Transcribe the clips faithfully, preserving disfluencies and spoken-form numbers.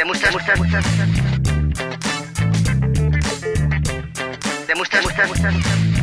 Des moustaches, moustaches, moustaches. Des moustaches, moustaches, moustaches.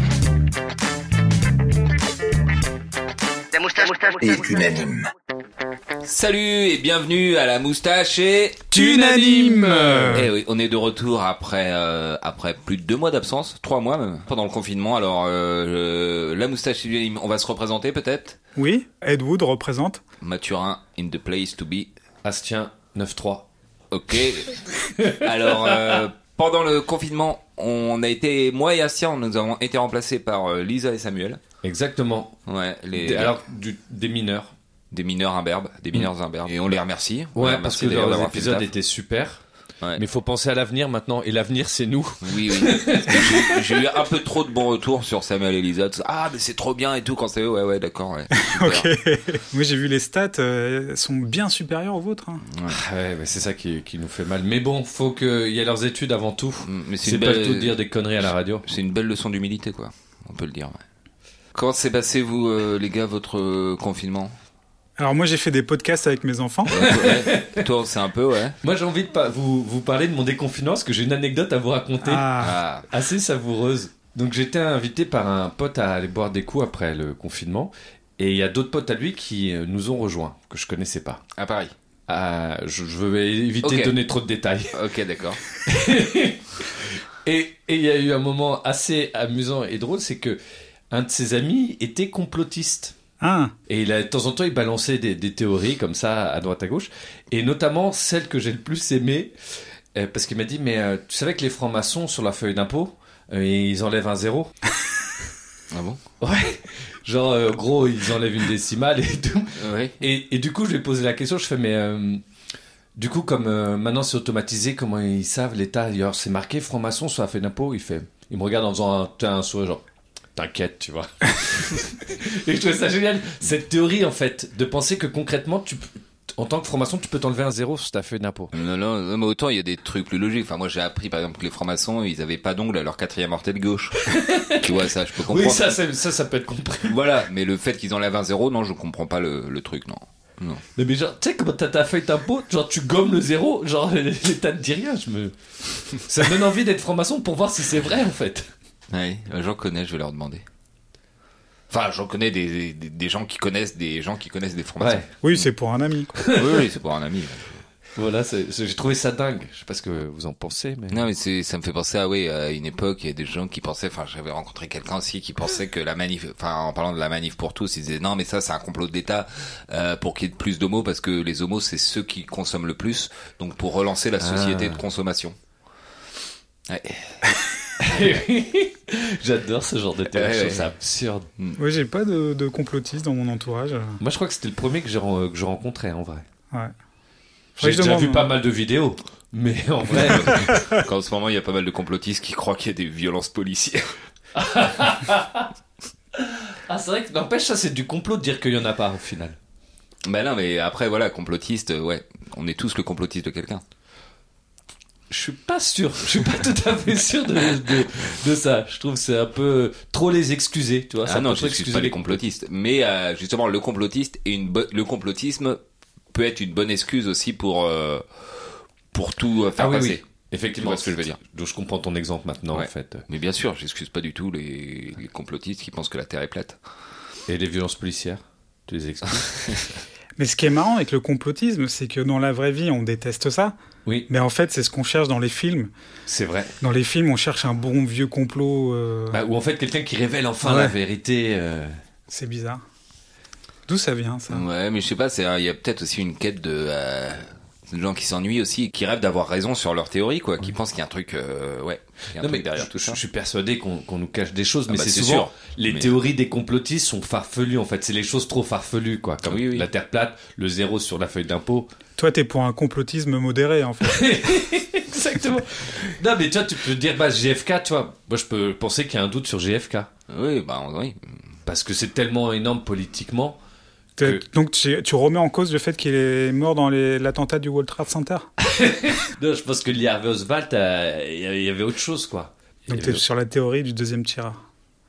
Des moustaches, moustaches, moustaches. Et unanime. Salut et bienvenue à la moustache et Unanime. Eh oui, on est de retour après euh, après plus de deux mois d'absence, trois mois même, pendant le confinement. Alors euh, la moustache et unanime, on va se représenter peut-être. Oui, Ed Wood représente. Mathurin in the place to be. Astien neuf trois. Ok. Alors euh, pendant le confinement, on a été moi et Astien, nous avons été remplacés par euh, Lisa et Samuel. Exactement. Ouais, les Des, alors du, des mineurs. Des mineurs imberbes, des mineurs mmh. imberbes. Et on les remercie. On ouais, les remercie parce que leurs épisodes étaient super. Ouais. Mais il faut penser à l'avenir maintenant, et l'avenir c'est nous. Oui, oui. j'ai, j'ai eu un peu trop de bons retours sur Samuel et Lisa. Ah, mais c'est trop bien et tout quand c'est eux. Ouais, ouais, d'accord. Ouais, ok. Moi j'ai vu les stats, euh, sont bien supérieures aux vôtres. Hein. Ouais, ouais mais c'est ça qui, qui nous fait mal. Mais bon, faut qu'il y ait leurs études avant tout. Mais c'est, c'est pas belle... tout de dire des conneries à la radio. C'est une belle leçon d'humilité, quoi. On peut le dire. Ouais. Comment s'est passé, vous, euh, les gars, votre euh, confinement ? Alors moi j'ai fait des podcasts avec mes enfants. Ouais. Toi c'est un peu ouais. Moi j'ai envie de pa- vous, vous parler de mon déconfinement parce que j'ai une anecdote à vous raconter ah. assez savoureuse. Donc j'étais invité par un pote à aller boire des coups après le confinement et il y a d'autres potes à lui qui nous ont rejoints que je connaissais pas. À Paris. Ah, je, je veux éviter okay. de donner trop de détails. Ok d'accord. et il y a eu un moment assez amusant et drôle, c'est que un de ses amis était complotiste. Ah. Et il a, de temps en temps, il balançait des, des théories comme ça, à droite à gauche. Et notamment celle que j'ai le plus aimée, euh, parce qu'il m'a dit, mais euh, tu savais que les francs-maçons, sur la feuille d'impôt, euh, ils enlèvent un zéro. Ah bon ? Ouais. Genre, euh, gros, ils enlèvent une décimale et tout. Oui. Et, et du coup, je lui ai posé la question, je fais, mais euh, du coup, comme euh, maintenant c'est automatisé, comment ils savent, l'État, alors, c'est marqué franc-maçon sur la feuille d'impôt, il fait, il me regarde en faisant un, un sourire, genre, t'inquiète, tu vois. Et je trouvais ça génial, cette théorie, en fait, de penser que concrètement, tu, en tant que franc-maçon, tu peux t'enlever un zéro sur ta feuille d'impôt. Non, non, non, mais autant il y a des trucs plus logiques. Enfin, moi, j'ai appris, par exemple, que les francs-maçons, ils avaient pas d'ongles à leur quatrième orteil gauche. Tu vois, ça, je peux comprendre. Oui, ça, ça, ça, ça peut être compris. Voilà, mais le fait qu'ils enlèvent un zéro, non, je comprends pas le, le truc, non. Non. Mais, mais genre, tu sais, comment t'as ta feuille d'impôt, genre, tu gommes le zéro, genre, l'État ne dit rien, je me... Ça me donne envie d'être franc-maçon pour voir si c'est vrai, en fait. Ouais, j'en connais, je vais leur demander. Enfin, j'en connais des, des, des gens qui connaissent des gens qui connaissent des francs-maçons. Ouais. Oui, c'est pour un ami, quoi. oui, oui, c'est pour un ami. Voilà, c'est, c'est, j'ai trouvé ça dingue. Je sais pas ce que vous en pensez, mais... Non, mais c'est, ça me fait penser à, oui, à une époque, il y a des gens qui pensaient, enfin, j'avais rencontré quelqu'un aussi qui pensait que la manif, enfin, en parlant de la manif pour tous, ils disaient, non, mais ça, c'est un complot d'État, euh, pour qu'il y ait plus d'homos, parce que les homos, c'est ceux qui consomment le plus, donc pour relancer la société ah. de consommation. Ouais. J'adore ce genre de théorie, ouais, ouais. C'est absurde. Oui, j'ai pas de, de complotiste dans mon entourage. Moi, je crois que c'était le premier que j'ai, que je rencontrais, en vrai. Ouais. J'ai déjà demande, vu pas mal de vidéos, mais en vrai... Quand en ce moment, il y a pas mal de complotistes qui croient qu'il y a des violences policières. Ah, c'est vrai que, n'empêche, ça, c'est du complot de dire qu'il y en a pas, au final. Ben non, mais après, voilà, complotiste, ouais, on est tous le complotiste de quelqu'un. Je suis pas sûr, je suis pas tout à fait sûr de, de, de ça. Je trouve que c'est un peu trop les excuser, tu vois. Ah non, je n'excuse pas les complotistes. Mais euh, justement, le complotiste et une bo- le complotisme peut être une bonne excuse aussi pour euh, pour tout euh, faire ah, oui, passer. Oui. Effectivement, tu vois ce que je veux dire. Donc je comprends ton exemple maintenant, ouais. en fait. Mais bien sûr, j'excuse pas du tout les, les complotistes qui pensent que la Terre est plate. Et les violences policières, tu les excuses. Mais ce qui est marrant avec le complotisme, c'est que dans la vraie vie, on déteste ça. Oui. Mais en fait, c'est ce qu'on cherche dans les films. C'est vrai. Dans les films, on cherche un bon vieux complot. Euh... Bah, ou en fait, quelqu'un qui révèle enfin ouais. la vérité. Euh... C'est bizarre. D'où ça vient, ça ? Ouais, mais je sais pas, c'est, il y a peut-être aussi une quête de... Euh... des gens qui s'ennuient aussi, qui rêvent d'avoir raison sur leur théorie, quoi, qui ouais. pensent qu'il y a un truc, euh, ouais, il y a un non, truc mais derrière je, tout ça. Je suis persuadé qu'on, qu'on nous cache des choses, ah mais bah, c'est, c'est souvent sûr. les mais... théories des complotistes sont farfelues en fait, c'est les choses trop farfelues quoi, comme oui, oui. la Terre plate, le zéro sur la feuille d'impôt. Toi, t'es pour un complotisme modéré en fait. Exactement. Non mais tu vois, tu peux dire bah J F K, tu vois, moi je peux penser qu'il y a un doute sur J F K. Oui, bah oui. Parce que c'est tellement énorme politiquement. Que... Donc tu, tu remets en cause le fait qu'il est mort dans les, l'attentat du World Trade Center ? Non, je pense que Lee Harvey Oswald, il euh, y avait autre chose, quoi. Donc t'es sur la théorie du deuxième tireur.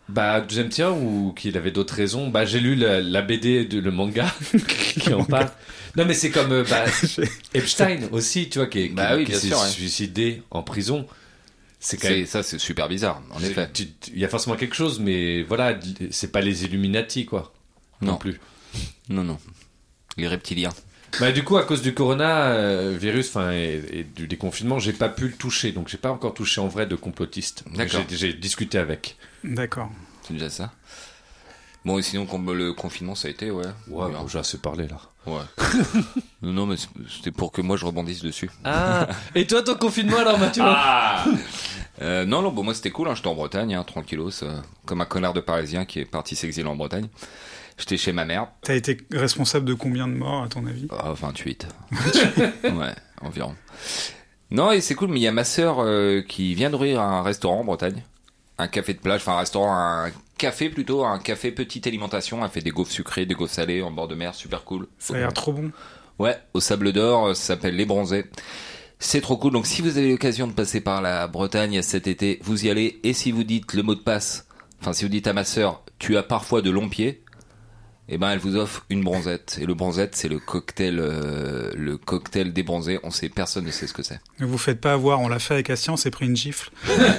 Bah, deuxième tiers ou qu'il avait d'autres raisons. Bah, j'ai lu la, la B D, de, le manga qui en parle. Non, mais c'est comme euh, bah, Epstein aussi, tu vois, qui, qui, Bah oui, qui bien s'est sûr, ouais. suicidé en prison. C'est quand C'est, même. ça, c'est super bizarre, en effet. tu- tu- Il y a forcément quelque chose, mais voilà, c'est pas les Illuminati, quoi. Non, Non. plus. Non, non. Les reptiliens. Bah, du coup, à cause du corona euh, virus, enfin, et, et du déconfinement, j'ai pas pu le toucher. Donc, j'ai pas encore touché en vrai de complotiste. D'accord. J'ai, j'ai discuté avec. D'accord. C'est déjà ça. Bon, et sinon, comme le confinement, ça a été, ouais. Ouais, Bien. bon, j'ai assez parlé là. Ouais. non, non, mais c'était pour que moi je rebondisse dessus. Ah. Et toi, ton confinement alors, Mathieu? Ah euh, non, non, bon, moi c'était cool, hein, j'étais en Bretagne, hein, tranquillos, euh, comme un connard de Parisien qui est parti s'exiler en Bretagne. J'étais chez ma mère. T'as été responsable de combien de morts, à ton avis? Ah, vingt-huit. Ouais, environ. Non, et c'est cool, mais il y a ma sœur euh, qui vient d'ouvrir un restaurant en Bretagne. Un café de plage, enfin un restaurant, un café plutôt, un café petite alimentation. Elle fait des gaufres sucrées, des gaufres salées en bord de mer, super cool. Ça a l'air trop bon. Ouais, au Sable d'Or, ça s'appelle Les Bronzés. C'est trop cool, donc si vous avez l'occasion de passer par la Bretagne cet été, vous y allez, et si vous dites le mot de passe, enfin si vous dites à ma sœur, tu as parfois de longs pieds, eh ben elle vous offre une bronzette. Et le bronzette, c'est le cocktail, euh, le cocktail des bronzés, on sait, personne ne sait ce que c'est. Ne vous faites pas avoir, on l'a fait avec Astien, on s'est pris une gifle.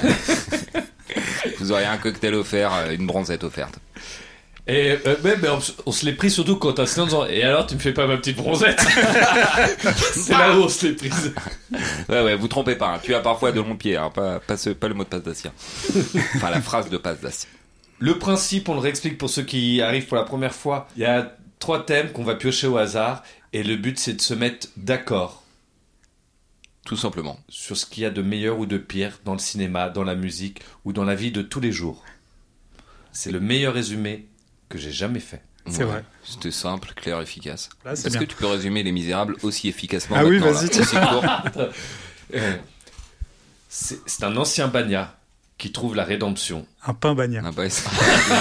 Vous aurez un cocktail offert, euh, une bronzette offerte. Et euh, mais, mais on, on se l'est pris surtout quand t'as en disant et alors tu me fais pas ma petite bronzette. C'est là où on se l'est prise. Ouais, ouais, vous trompez pas, hein. Tu as parfois de longs pieds, hein. pas, pas, ce, pas le mot de passe d'Astien. Enfin, la phrase de passe d'Astien. Le principe, on le réexplique pour ceux qui arrivent pour la première fois. Il y a trois thèmes qu'on va piocher au hasard et le but c'est de se mettre d'accord Tout simplement. sur ce qu'il y a de meilleur ou de pire dans le cinéma, dans la musique ou dans la vie de tous les jours. C'est le meilleur résumé que j'ai jamais fait. C'est vrai. C'était simple, clair, efficace. Là, c'est Est-ce bien. que tu peux résumer Les Misérables aussi efficacement Ah oui, maintenant, vas-y, là, tiens. aussi court Euh, c'est, c'est un ancien bagnat qui trouve la rédemption. Un pain bagnat. Ah bah, c'est-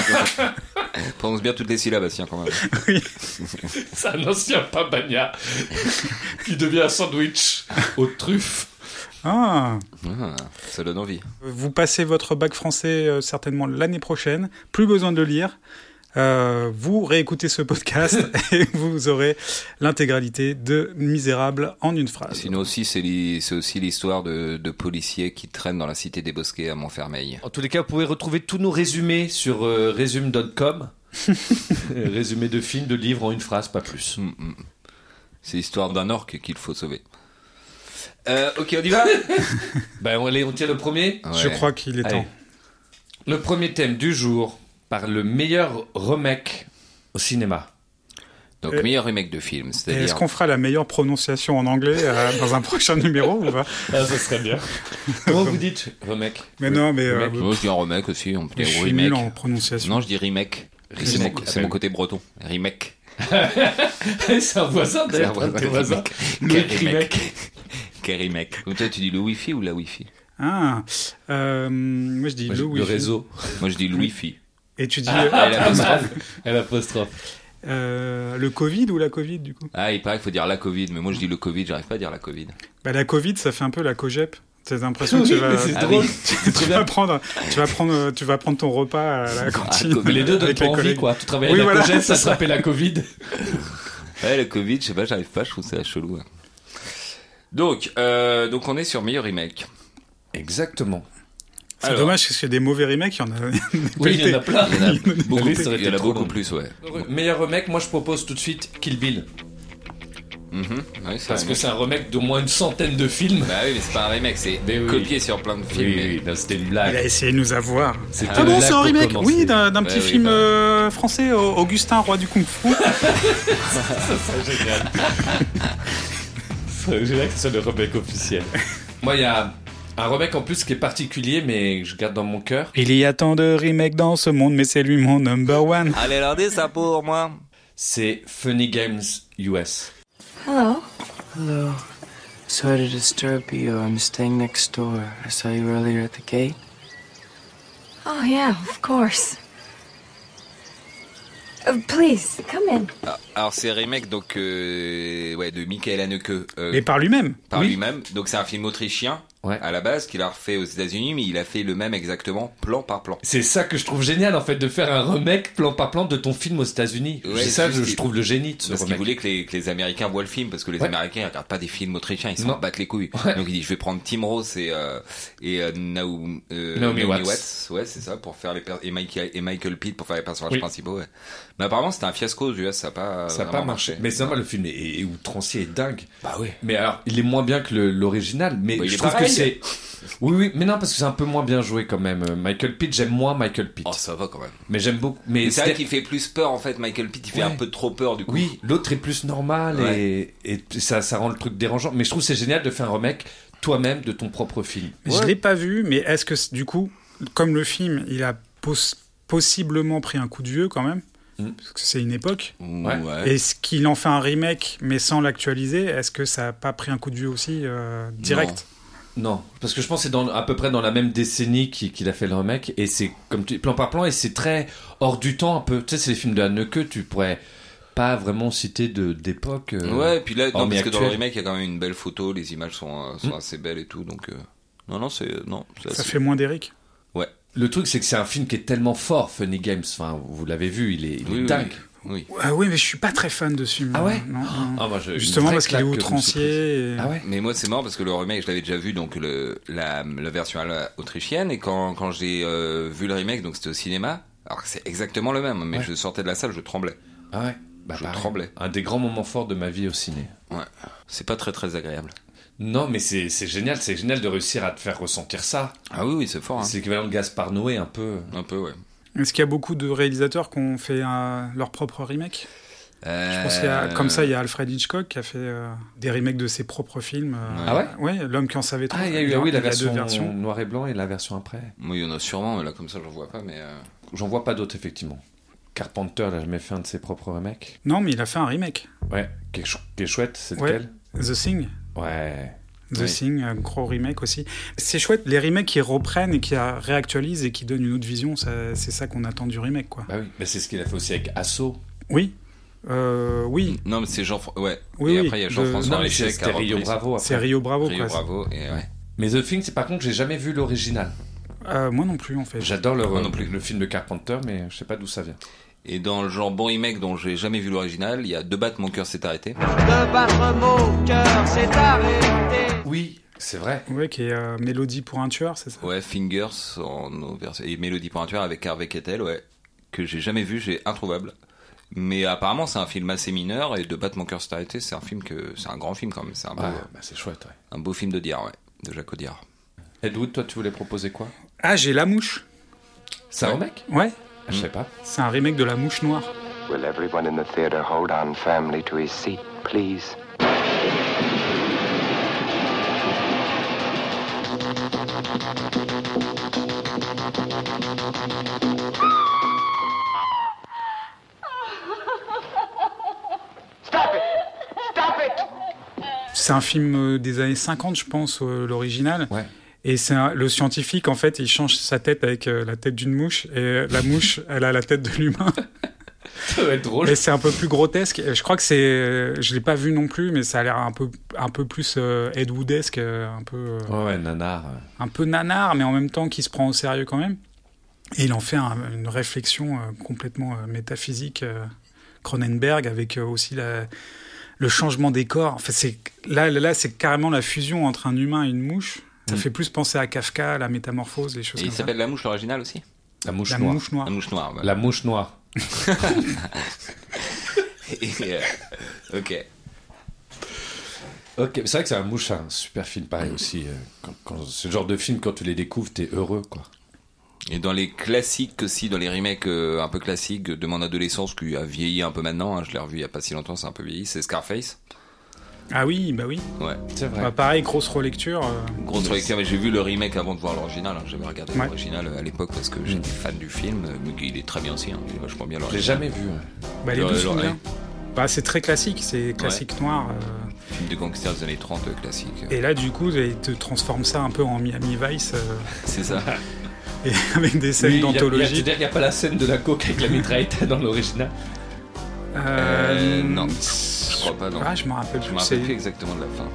Prononce bien toutes les syllabes, Bastien, quand même. Oui. C'est un ancien pain bagnat qui devient un sandwich aux truffes. Ah. Ah, ça donne envie. Vous passez votre bac français euh, certainement l'année prochaine. Plus besoin de le lire. Euh, vous réécoutez ce podcast et vous aurez l'intégralité de Misérables en une phrase. Sinon aussi, c'est, li- c'est aussi l'histoire de, de policiers qui traînent dans la cité des Bosquets à Montfermeil. En tous les cas, vous pouvez retrouver tous nos résumés sur euh, resume point com. Résumé de films, de livres en une phrase, pas plus. Mm, mm. C'est l'histoire d'un orque qu'il faut sauver. Euh, ok, on y va. Ben, allez, on tire le premier. Je Ouais. crois qu'il est Allez. temps. Le premier thème du jour par le meilleur remake au cinéma. Donc, Euh, meilleur remake de film, Et c'est-à-dire... est-ce qu'on fera la meilleure prononciation en anglais euh, dans un prochain numéro ou pas? Ah, ça serait bien. Comment vous dites remake? Mais non, mais euh, Remake. Moi, je dis un remake aussi, on peut je dire suis remake. nul en prononciation. Non, je dis remake. C'est mon, c'est mon côté breton. Remake. C'est un voisin C'est un d'ailleurs, voisin. tes voisins. Quel Le remake. Quel remake. Donc toi, tu dis le Wi-Fi ou la Wi-Fi? Ah, euh, moi je dis Moi, le j'ai- Wi-Fi. Le réseau. Moi, je dis le Wi-Fi. Et tu dis Ah, euh, Ah, la pas mal. Elle apostrophe. euh, le Covid ou la Covid du coup? Ah, il paraît qu'il faut dire la Covid, mais moi, je dis le Covid, j'arrive pas à dire la Covid. Bah, la Covid, ça fait un peu la cogep. T'as l'impression que tu Oui, vas, mais c'est Ah drôle. oui. C'est trop tu vas bien. prendre, tu vas prendre, tu vas prendre ton repas à la cantine. Covid. Mais les deux donnent avec pas les envie, collègues. quoi. Tu travailles Oui, à la voilà, cogette, c'est ça. t'attrapais la Covid. Ouais, le Covid, je sais pas, j'arrive pas, je trouve ça chelou. ouais. Donc, euh, donc on est sur meilleur remake. Exactement. C'est Alors. dommage parce qu'il y a des mauvais remakes, il y en a. Oui, il y en a plein. Il y en a beaucoup, liste aurait il y en été a trop beaucoup longue. plus, ouais. Meilleur remake, moi je propose tout de suite Kill Bill. Mhm. Ouais, c'est Parce un que remake. c'est un remake d'au moins une centaine de films. Bah oui, mais c'est pas un remake, c'est Mais oui. copié sur plein de films. mais- non, c'était une Il a blague. essayé de nous avoir. C'était Ah une bon, blague c'est un pour remake, commencer. oui, d'un, d'un Ouais, petit oui, film bah. euh, français, Au- Augustin, roi du kung-fu. C'est génial. C'est génial que ce soit le remake officiel. Moi, il y a un remake en plus qui est particulier, mais que je garde dans mon cœur. Il y a tant de remakes dans ce monde, mais c'est lui mon number one. Allez, regardez ça pour moi. C'est Funny Games U S. Hello. Hello. Sorry to disturb you. I'm staying next door. I saw you earlier at the gate. Oh, yeah, of course. Uh, please, come in. Ah, alors c'est remake donc euh, ouais de Michael Haneke euh, Mais par lui-même. par oui. lui-même. Donc c'est un film autrichien Ouais. à la base, qu'il a refait aux États-Unis, mais il a fait le même exactement plan par plan. C'est ça que je trouve génial en fait, de faire un remake plan par plan de ton film aux États-Unis. Ouais, c'est c'est ça, juste je, qu'il- je trouve le génie de ce Parce qu'il remake. voulait que les, que les Américains voient le film, parce que les Ouais. Américains ils regardent pas des films autrichiens, ils Non. s'en battent les couilles. Ouais. Donc il dit je vais prendre Tim Roth et euh, et euh, Naomi, euh, Naomi Naomi Watts. Watts, ouais c'est ça, pour faire les per- et Michael et Michael Pitt pour faire les personnages Oui. principaux. Ouais. Mais apparemment c'était un fiasco aux U S, ça a pas Ça n'a vraiment pas marché. Mais c'est normal, le film est, est outrancier et dingue. Bah oui. Mais alors, il est moins bien que le- l'original, mais Bah, il je est trouve pareil. que c'est... Oui, oui, mais non, parce que c'est un peu moins bien joué quand même. Euh, Michael Pitt, j'aime moins Michael Pitt. Oh ça va quand même. Mais j'aime beaucoup. Mais Mais c'est vrai c'était- qu'il fait plus peur en fait, Michael Pitt, il fait Ouais. un peu trop peur du coup. Oui, l'autre est plus normal et, et ça, ça rend le truc dérangeant. Mais je trouve que c'est génial de faire un remake toi-même de ton propre film. Je Ouais. l'ai pas vu, mais est-ce que c- du coup, comme le film, il a pos- possiblement pris un coup de vieux quand même, Mm. parce que c'est une époque. Ouais. Ouais. Est-ce qu'il en fait un remake, mais sans l'actualiser? Est-ce que ça a pas pris un coup de vieux aussi euh, direct? Non, parce que je pense que c'est dans, à peu près dans la même décennie qu'il qu'il a fait le remake, et c'est comme tu, plan par plan, et c'est très hors du temps un peu. Tu sais, c'est les films de Haneke, tu pourrais pas vraiment citer de d'époque. euh, Ouais, et puis là, non, hormis parce que dans le actuel. remake, il y a quand même une belle photo, les images sont, euh, sont Mm. assez belles et tout, donc... euh, Non, non, c'est... Non, c'est Ça assez- fait moins d'Eric. Le truc, c'est que c'est un film qui est tellement fort, Funny Games. Enfin, vous l'avez vu, il est, il est Oui, oui, dingue. oui. Ah oui, mais je suis pas très fan de ce film. Ah ouais Non, non. Ah, moi, je- une Justement vraie parce qu'il est claque que je me suis outrancier. prise. et- Ah ouais. Mais moi, c'est marrant parce que le remake, je l'avais déjà vu, donc le, la, la version à la- autrichienne, et quand, quand j'ai euh, vu le remake, donc c'était au cinéma, alors que c'est exactement le même, mais Ouais. je sortais de la salle, je tremblais. Ah ouais. Bah, Je pareil. tremblais. Un des grands moments forts de ma vie au ciné. Ouais. C'est pas très très agréable. Non, mais c'est c'est génial, c'est génial de réussir à te faire ressentir ça. Ah oui, oui, c'est fort. Hein. C'est l'équivalent de Gaspard Noé un peu. Un peu, ouais. Est-ce qu'il y a beaucoup de réalisateurs qui ont fait euh, leur propre remake? Je pense qu'il y a, Euh, comme ça, il y a Alfred Hitchcock qui a fait euh, des remakes de ses propres films. euh, Ah ouais Ouais, L'homme qui en savait trop. Ah, il y a eu ah oui, la Il y a deux version versions. noir et blanc et la version après. Moi, il y en a sûrement, mais là, comme ça, j'en vois pas, mais... euh, J'en vois pas d'autres, effectivement. Carpenter, il a jamais fait un de ses propres remakes. Non, mais il a fait un remake. Ouais, qui est, chou- qui est chouette, c'est Ouais. lequel The Thing. Ouais. The Oui. Thing, un gros remake aussi. C'est chouette, les remakes qui reprennent et qui euh, réactualisent et qui donnent une autre vision, ça- c'est ça qu'on attend du remake, quoi. Bah oui, mais c'est ce qu'il a fait aussi avec Asso. Oui, euh, oui, Non, mais c'est Jean... Ouais. Oui, et oui, après, il y a de- Jean-François Non, mais Richet qui c'était a Rio repris ça. Bravo après. c'est Rio Bravo, Rio quoi. Bravo, et ouais. Mais The Thing, c'est par contre, j'ai jamais vu l'original. Euh, moi non plus, en fait. J'adore le, Moi non plus. le film de Carpenter, mais je sais pas d'où ça vient. Et dans le genre bon remake dont j'ai jamais vu l'original, il y a Deux battes, mon cœur s'est arrêté. De battre mon cœur s'est arrêté. Oui, c'est vrai. Ouais, qui est euh, Mélodie pour un tueur, c'est ça? Ouais, Fingers en nos versions- et Mélodie pour un tueur avec Harvey Keitel, ouais, que j'ai jamais vu, j'ai introuvable. Mais apparemment, c'est un film assez mineur, et De battre mon cœur s'est arrêté, c'est un film que c'est un grand film quand même, c'est un beau, Ouais, bah c'est chouette, ouais. un beau film de Diard, ouais, de Jacques Audiard. Ed Wood, toi, tu voulais proposer quoi? Ah, j'ai La Mouche. C'est un Ouais. remake? Ouais, Je sais pas. c'est un remake de La Mouche Noire. Will everyone in the theater hold on firmly to his seat, please? Stop it! Stop it! C'est un film euh, des années cinquante, je pense, euh, l'original. Ouais. Et c'est un- le scientifique, en fait, il change sa tête avec euh, la tête d'une mouche, et euh, la mouche, elle a la tête de l'humain. Ça va être drôle. Et c'est un peu plus grotesque. Et je crois que c'est, euh, je l'ai pas vu non plus, mais ça a l'air un peu, un peu plus euh, Ed Woodesque, euh, un peu, euh, Ouais, ouais, nanar. un peu nanar, mais en même temps qui se prend au sérieux quand même. Et il en fait un- une réflexion euh, complètement euh, métaphysique, euh, Cronenberg, avec euh, aussi la, le changement des corps. Enfin, c'est, là, là, c'est carrément la fusion entre un humain et une mouche. Ça Mm. fait plus penser à Kafka, la métamorphose, les choses Et il comme ça. s'appelle La Mouche, l'original aussi? La mouche La noire. mouche noire. La Mouche Noire, ouais. La mouche noire. Et, euh, ok. Ok, c'est vrai que c'est un mouche, un super film pareil aussi. euh, Quand, quand- c'est le genre de film, quand tu les découvres, t'es heureux, quoi. Et dans les classiques aussi, dans les remakes euh, un peu classiques de mon adolescence, qui a vieilli un peu maintenant, hein, je l'ai revu il y a pas si longtemps, c'est un peu vieilli, c'est Scarface. Ah oui, bah oui. Ouais. C'est vrai. Bah, pareil, grosse relecture. euh, Grosse relecture, mais j'ai vu le remake avant de voir l'original. hein. J'avais regardé Ouais. l'original à l'époque parce que j'étais fan du film. Mais il est très bien aussi, hein. Il est vachement bien Je l'ai l'original. jamais vu. ouais. bah, les Le- deux le- sont ouais. bien. Bah, c'est très classique, c'est classique noir. euh, Film de gangsters des années trente euh, classique. Et là, du coup, ils te transforment ça un peu en Miami Vice, euh, C'est ça. et avec des scènes Oui, il y a- il y a- d'anthologie. tu veux dire, il n'y a pas la scène de la coke avec la mitraillette dans l'original. Euh, non. je crois pas, non. Ah, je me rappelle Je plus. me rappelle c'est- plus exactement de la fin.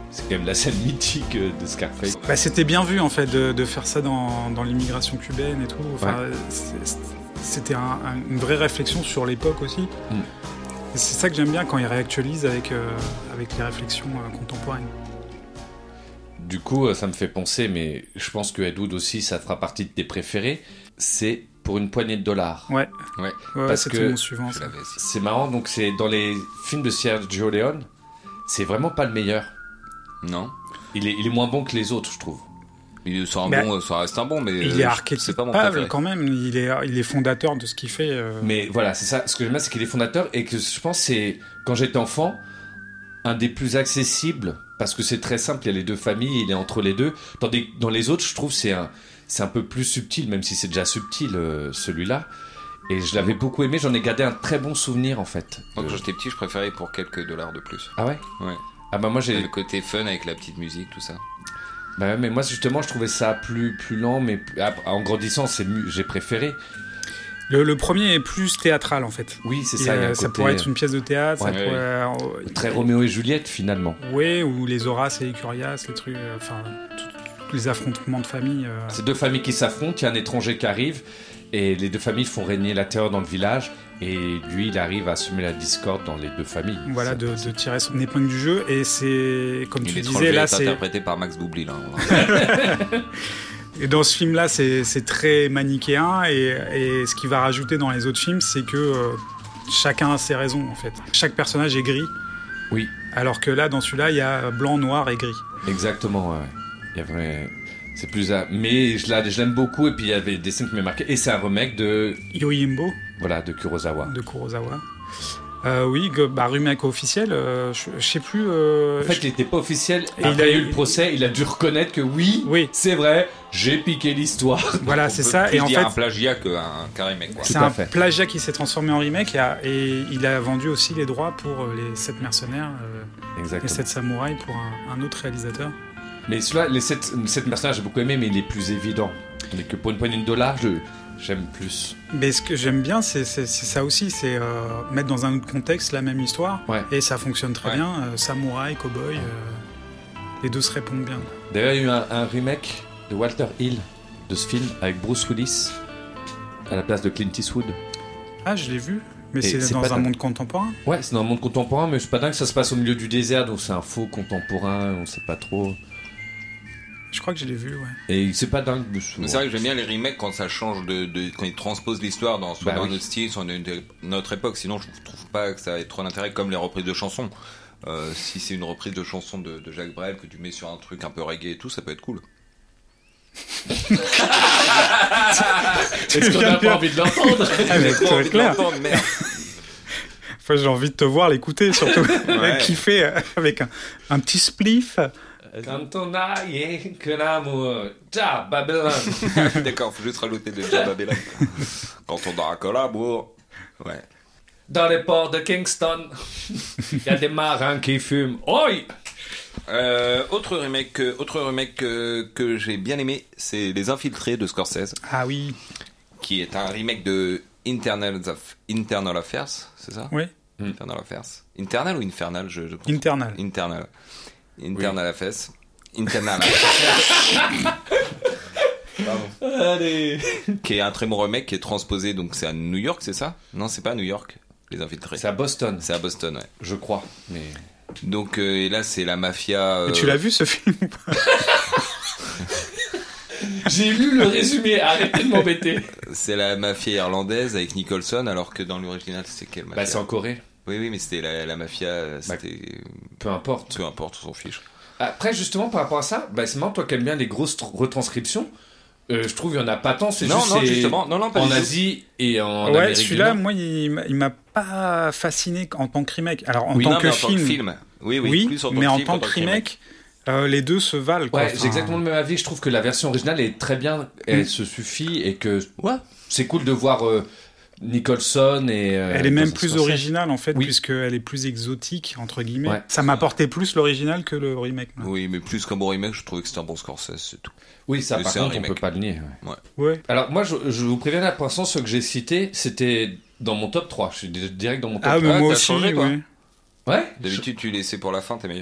C'est quand même la scène mythique euh, de Scarface. Bah, c'était bien vu, en fait, de, de faire ça dans, dans l'immigration cubaine et tout. Enfin, Ouais. c'est- c'était un- un- une vraie réflexion sur l'époque aussi. Mm. Et c'est ça que j'aime bien quand ils réactualisent avec, euh, avec les réflexions euh, contemporaines. Du coup, euh, ça me fait penser, mais je pense que Ed Wood aussi, ça fera partie de tes préférés. C'est Pour une poignée de dollars. Ouais, Ouais, ouais Parce c'était que mon suivant. je Ça. l'avais aussi. C'est marrant, donc c'est dans les films de Sergio Leone, c'est vraiment pas le meilleur. Non. Il est, il est moins bon que les autres, je trouve. Il sera un Mais bon, ça reste un bon, mais Il euh, est c'est pas mon archétypal préféré. quand même. Il est, il est fondateur de ce qu'il fait. euh. Mais voilà, c'est ça. Ce que j'aime bien, c'est qu'il est fondateur et que je pense que c'est, quand j'étais enfant, un des plus accessibles parce que c'est très simple. Il y a les deux familles, il est entre les deux. Tandis que dans les autres, je trouve que c'est un, c'est un peu plus subtil, même si c'est déjà subtil euh, celui-là. Et je l'avais beaucoup aimé. J'en ai gardé un très bon souvenir en fait. Moi, Euh, quand j'étais petit, je préférais Pour quelques dollars de plus. Ah ouais. Ouais. Ah bah moi Et j'ai. le côté fun avec la petite musique, tout ça. Bah ouais, mais moi justement, je trouvais ça plus plus lent, mais plus- ah, en grandissant, c'est mu- j'ai préféré. Le, le premier est plus théâtral en fait. Oui, c'est Et, ça. Il y a euh, un ça côté, pourrait être une pièce de théâtre. Ouais, ça ouais. pourrait, euh, très Roméo et Juliette finalement. Oui, ou les Horaces et les Curiaces, les trucs, euh, enfin, tout- tous les affrontements de famille. euh. C'est deux familles qui s'affrontent, il y a un étranger qui arrive, et les deux familles font régner la terreur dans le village, et lui, il arrive à semer la discorde dans les deux familles. Voilà, C'est- de, de tirer son épingle du jeu. Et c'est, comme Il tu est disais, là, c'est. interprété par Max Boublil. Hein. Et dans ce film-là, c'est, c'est très manichéen. Et, et ce qu'il va rajouter dans les autres films, c'est que euh, chacun a ses raisons, en fait. Chaque personnage est gris. Oui, Alors que là, dans celui-là, il y a blanc, noir et gris. exactement, ouais. ouais. Il y a vrai... C'est plus... à- Mais je, l'a- je l'aime beaucoup, et puis il y avait des scènes qui m'ont marqué, et c'est un remake de... Yojimbo Voilà, de Kurosawa. de Kurosawa. Euh, oui, que- bah, remake officiel, euh, je, je sais plus. euh, En fait, il n'était pas officiel, Et et il il a a eu- eu le procès, il a dû reconnaître que oui, Oui. c'est vrai, j'ai piqué l'histoire. Voilà, c'est ça. Et en dire fait, un plagiat qu'un qu'un remake, quoi. c'est Tout à un fait. plagiat qui s'est transformé en remake et, a- et il a vendu aussi les droits pour euh, les sept mercenaires, euh, les Exactement. sept samouraïs pour un, un autre réalisateur. Mais celui-là, les sept, sept personnages, j'ai beaucoup aimé, mais il est plus évident. Tandis que pour une poignée de dollars, je, j'aime plus. Mais ce que j'aime bien, c'est, c'est, c'est ça aussi, c'est euh, mettre dans un autre contexte la même histoire. Ouais. Et ça fonctionne très Ouais. bien. Euh, samouraï, cowboy, euh, les deux se répondent bien. D'ailleurs, il y a eu un, un remake de Walter Hill de ce film avec Bruce Willis à la place de Clint Eastwood. Ah, je l'ai vu. Mais Et c'est, c'est dans pas un dingue. monde contemporain. Ouais, c'est dans le monde contemporain, mais je suis pas dingue, ça se passe au milieu du désert, donc c'est un faux contemporain, on sait pas trop. Je crois que je l'ai vu, ouais. Et c'est pas dingue. Mais Mais c'est vrai que j'aime bien les remakes quand ça change de, de quand ils transposent l'histoire dans soit Bah dans oui. notre style, soit dans une, notre époque. Sinon, je trouve pas que ça ait trop d'intérêt comme les reprises de chansons. Euh, si c'est une reprise de chanson de, de Jacques Brel que tu mets sur un truc un peu reggae et tout, ça peut être cool. Est-ce qu'on a pas envie de l'entendre? Ah, mais J'ai trop c'est envie de clair. l'entendre, merde. Enfin, j'ai envie de te voir l'écouter, surtout. Ouais. Kiffer euh, avec un, un petit spliff. Quand on a rien que l'amour, ta Babylone. D'accord, faut juste rajouter le Jabba Babylone. Quand on a un l'amour. Ouais. Dans les ports de Kingston, il y a des marins qui fument. Oi! Euh, autre remake, que- autre remake que, que j'ai bien aimé, c'est Les Infiltrés de Scorsese, Ah oui, qui est un remake de Internal, Aff- Internal Affairs, c'est ça oui. Internal Affairs. Internal ou Infernal je, je pense. Internal. Internal. Internal Affairs. Internal Affairs. Allez! Qui est un très bon remake qui est transposé, donc c'est à New York, c'est ça? Non, c'est pas à New York, Les Infiltrés. C'est à Boston, C'est à Boston, ouais. je crois. Mais... Donc, euh, et là, c'est la mafia. euh, Et tu l'as vu ce film ou pas? J'ai lu le résumé, arrêtez de m'embêter. C'est la mafia irlandaise avec Nicholson, alors que dans l'original, c'est quelle mafia? Bah, c'est en Corée. Oui, oui, mais c'était la, la mafia, euh, c'était. Peu importe. Peu importe, on s'en fiche. Après, justement, par rapport à ça, bah, c'est marrant, toi qui aimes bien les grosses tr- retranscriptions, euh, je trouve qu'il n'y en a pas tant, c'est Non, juste non, c'est justement, non, non, pas en du tout. Asie et en Ouais, Amérique du celui-là, Nord. moi, il, m'a- il m'a pas fasciné en tant que remake. Alors, en Oui, tant Non, que mais en film, tant que film. Oui, oui, oui, plus en tant mais que en film tant qu'en que remake, euh, les deux se valent. Quoi. Ouais, Enfin, j'ai exactement le même avis. Je trouve que la version originale est très bien, elle Mm. se suffit et que Ouais. c'est cool de voir euh, Nicholson et. euh, Elle est dans même un plus Scorsese. originale en fait, Oui. puisqu'elle est plus exotique entre guillemets. Ouais. Ça m'apportait plus l'original que le remake. moi. Oui, mais plus qu'un bon remake, je trouvais que c'était un bon Scorsese, c'est tout. Oui, ça Mais par c'est un contre, on remake. peut pas le nier. ouais. Ouais. Alors moi, je, je vous préviens là, pour l'instant, ceux que j'ai cités, c'était dans mon top trois. Je suis direct dans mon top Ah, trois. mais Ah, moi t'as aussi. changé, toi ouais. Ouais. D'habitude, tu laissais pour la fin, t'es meilleur.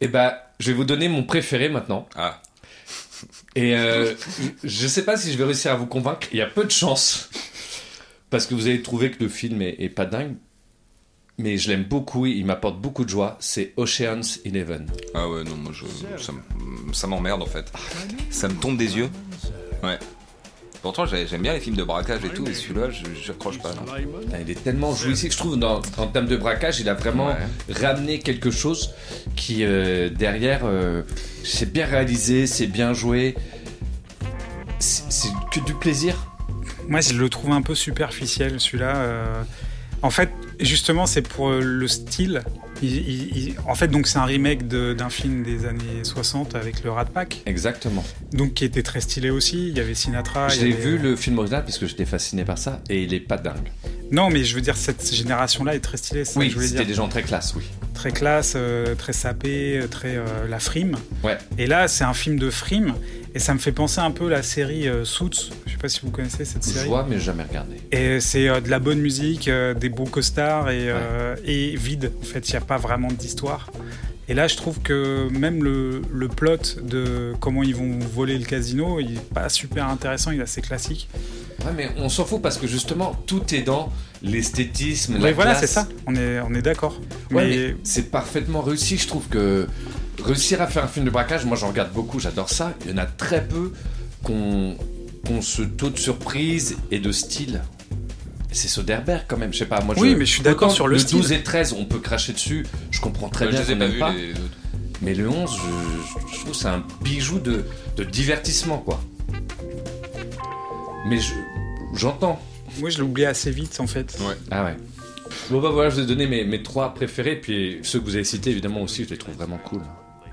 Eh ben, je vais vous donner mon préféré maintenant. Ah. Et euh, je sais pas si je vais réussir à vous convaincre. Il y a peu de chance. Parce que vous allez trouver que le film est, est pas dingue. Mais je l'aime beaucoup, il m'apporte beaucoup de joie. C'est Ocean's Eleven. Ah ouais, non, moi, je, ça, m- ça m'emmerde, en fait. Ça me tombe des yeux. Ouais. Pourtant, j'ai- j'aime bien les films de braquage et tout, mais celui-là, je j'accroche pas. Non. Ah, il est tellement jouissif. Je trouve, dans, en termes de braquage, il a vraiment Ouais. ramené quelque chose qui, euh, derrière, euh, c'est bien réalisé, c'est bien joué. C'est, c'est que du plaisir. Moi, je le trouve un peu superficiel, celui-là. euh. En fait, justement, c'est pour euh, le style. Il- il- il- En fait, donc, c'est un remake de- d'un film des années soixante avec le Rat Pack, Exactement. donc qui était très stylé aussi. Il y avait Sinatra. il y J'ai avait- vu le film original parce que j'étais fasciné par ça et il est pas dingue. Non, mais je veux dire, cette génération-là est très stylée. C'est ça Oui, que je voulais c'était dire. des gens très classe, oui. Très classe, euh, très sapé, euh, très euh, la frime. Ouais. Et là, c'est un film de frime. Et ça me fait penser un peu à la série euh, Suits. Je sais pas si vous connaissez cette Je série. vois, mais jamais regardé. Et c'est euh, de la bonne musique, euh, des beaux costards et, euh, et vide. En fait, il n'y a pas vraiment d'histoire. Et là, je trouve que même le, le plot de comment ils vont voler le casino, il n'est pas super intéressant, il est assez classique. Ouais, mais on s'en fout parce que justement, tout est dans l'esthétisme, la Oui, voilà, classe. c'est ça. On est, on est d'accord. Ouais, mais mais c'est parfaitement réussi. Je trouve que réussir à faire un film de braquage, moi j'en regarde beaucoup, j'adore ça. Il y en a très peu qu'on qu'on se taux de surprise et de style. Et c'est Soderbergh quand même, je sais pas. Moi, Oui, je, mais je suis d'accord autant sur le style. douze et treize, on peut cracher dessus. Je comprends très Ouais, bien je les ai qu'on pas n'aime vus, pas. les, les autres. Mais le onze, je, je trouve que c'est un bijou de, de divertissement, quoi. Mais je- j'entends. moi, je l'ai oublié assez vite, en fait. Ouais. Ah ouais. Bon bah voilà, je vous ai donné mes, mes trois préférés, puis ceux que vous avez cités évidemment aussi, je les trouve vraiment cool.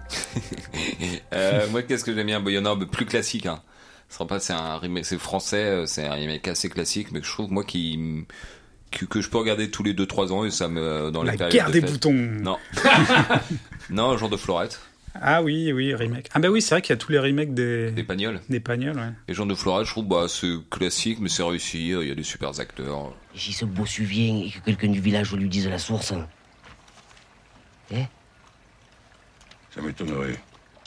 Euh, moi, qu'est-ce que j'aime bien? Bon, il y en a un plus classique, hein. Ce sera pas, c'est un remake, c'est français, euh, c'est un remake assez classique, mais que je trouve, moi, qui, m- que, que je peux regarder tous les deux trois ans et ça me, dans les La périodes guerre de des fête. boutons. Non. Non, genre de Florette, Ah oui, oui, remake. Ah bah oui, c'est vrai qu'il y a tous les remakes des, des Pagnols. des Pagnols, ouais. Et genre de Florette, je trouve, bah, c'est classique, mais c'est réussi, il y a des super acteurs. Et si ce bossu vient et que quelqu'un du village lui dise la source? Hein? Ça m'étonnerait.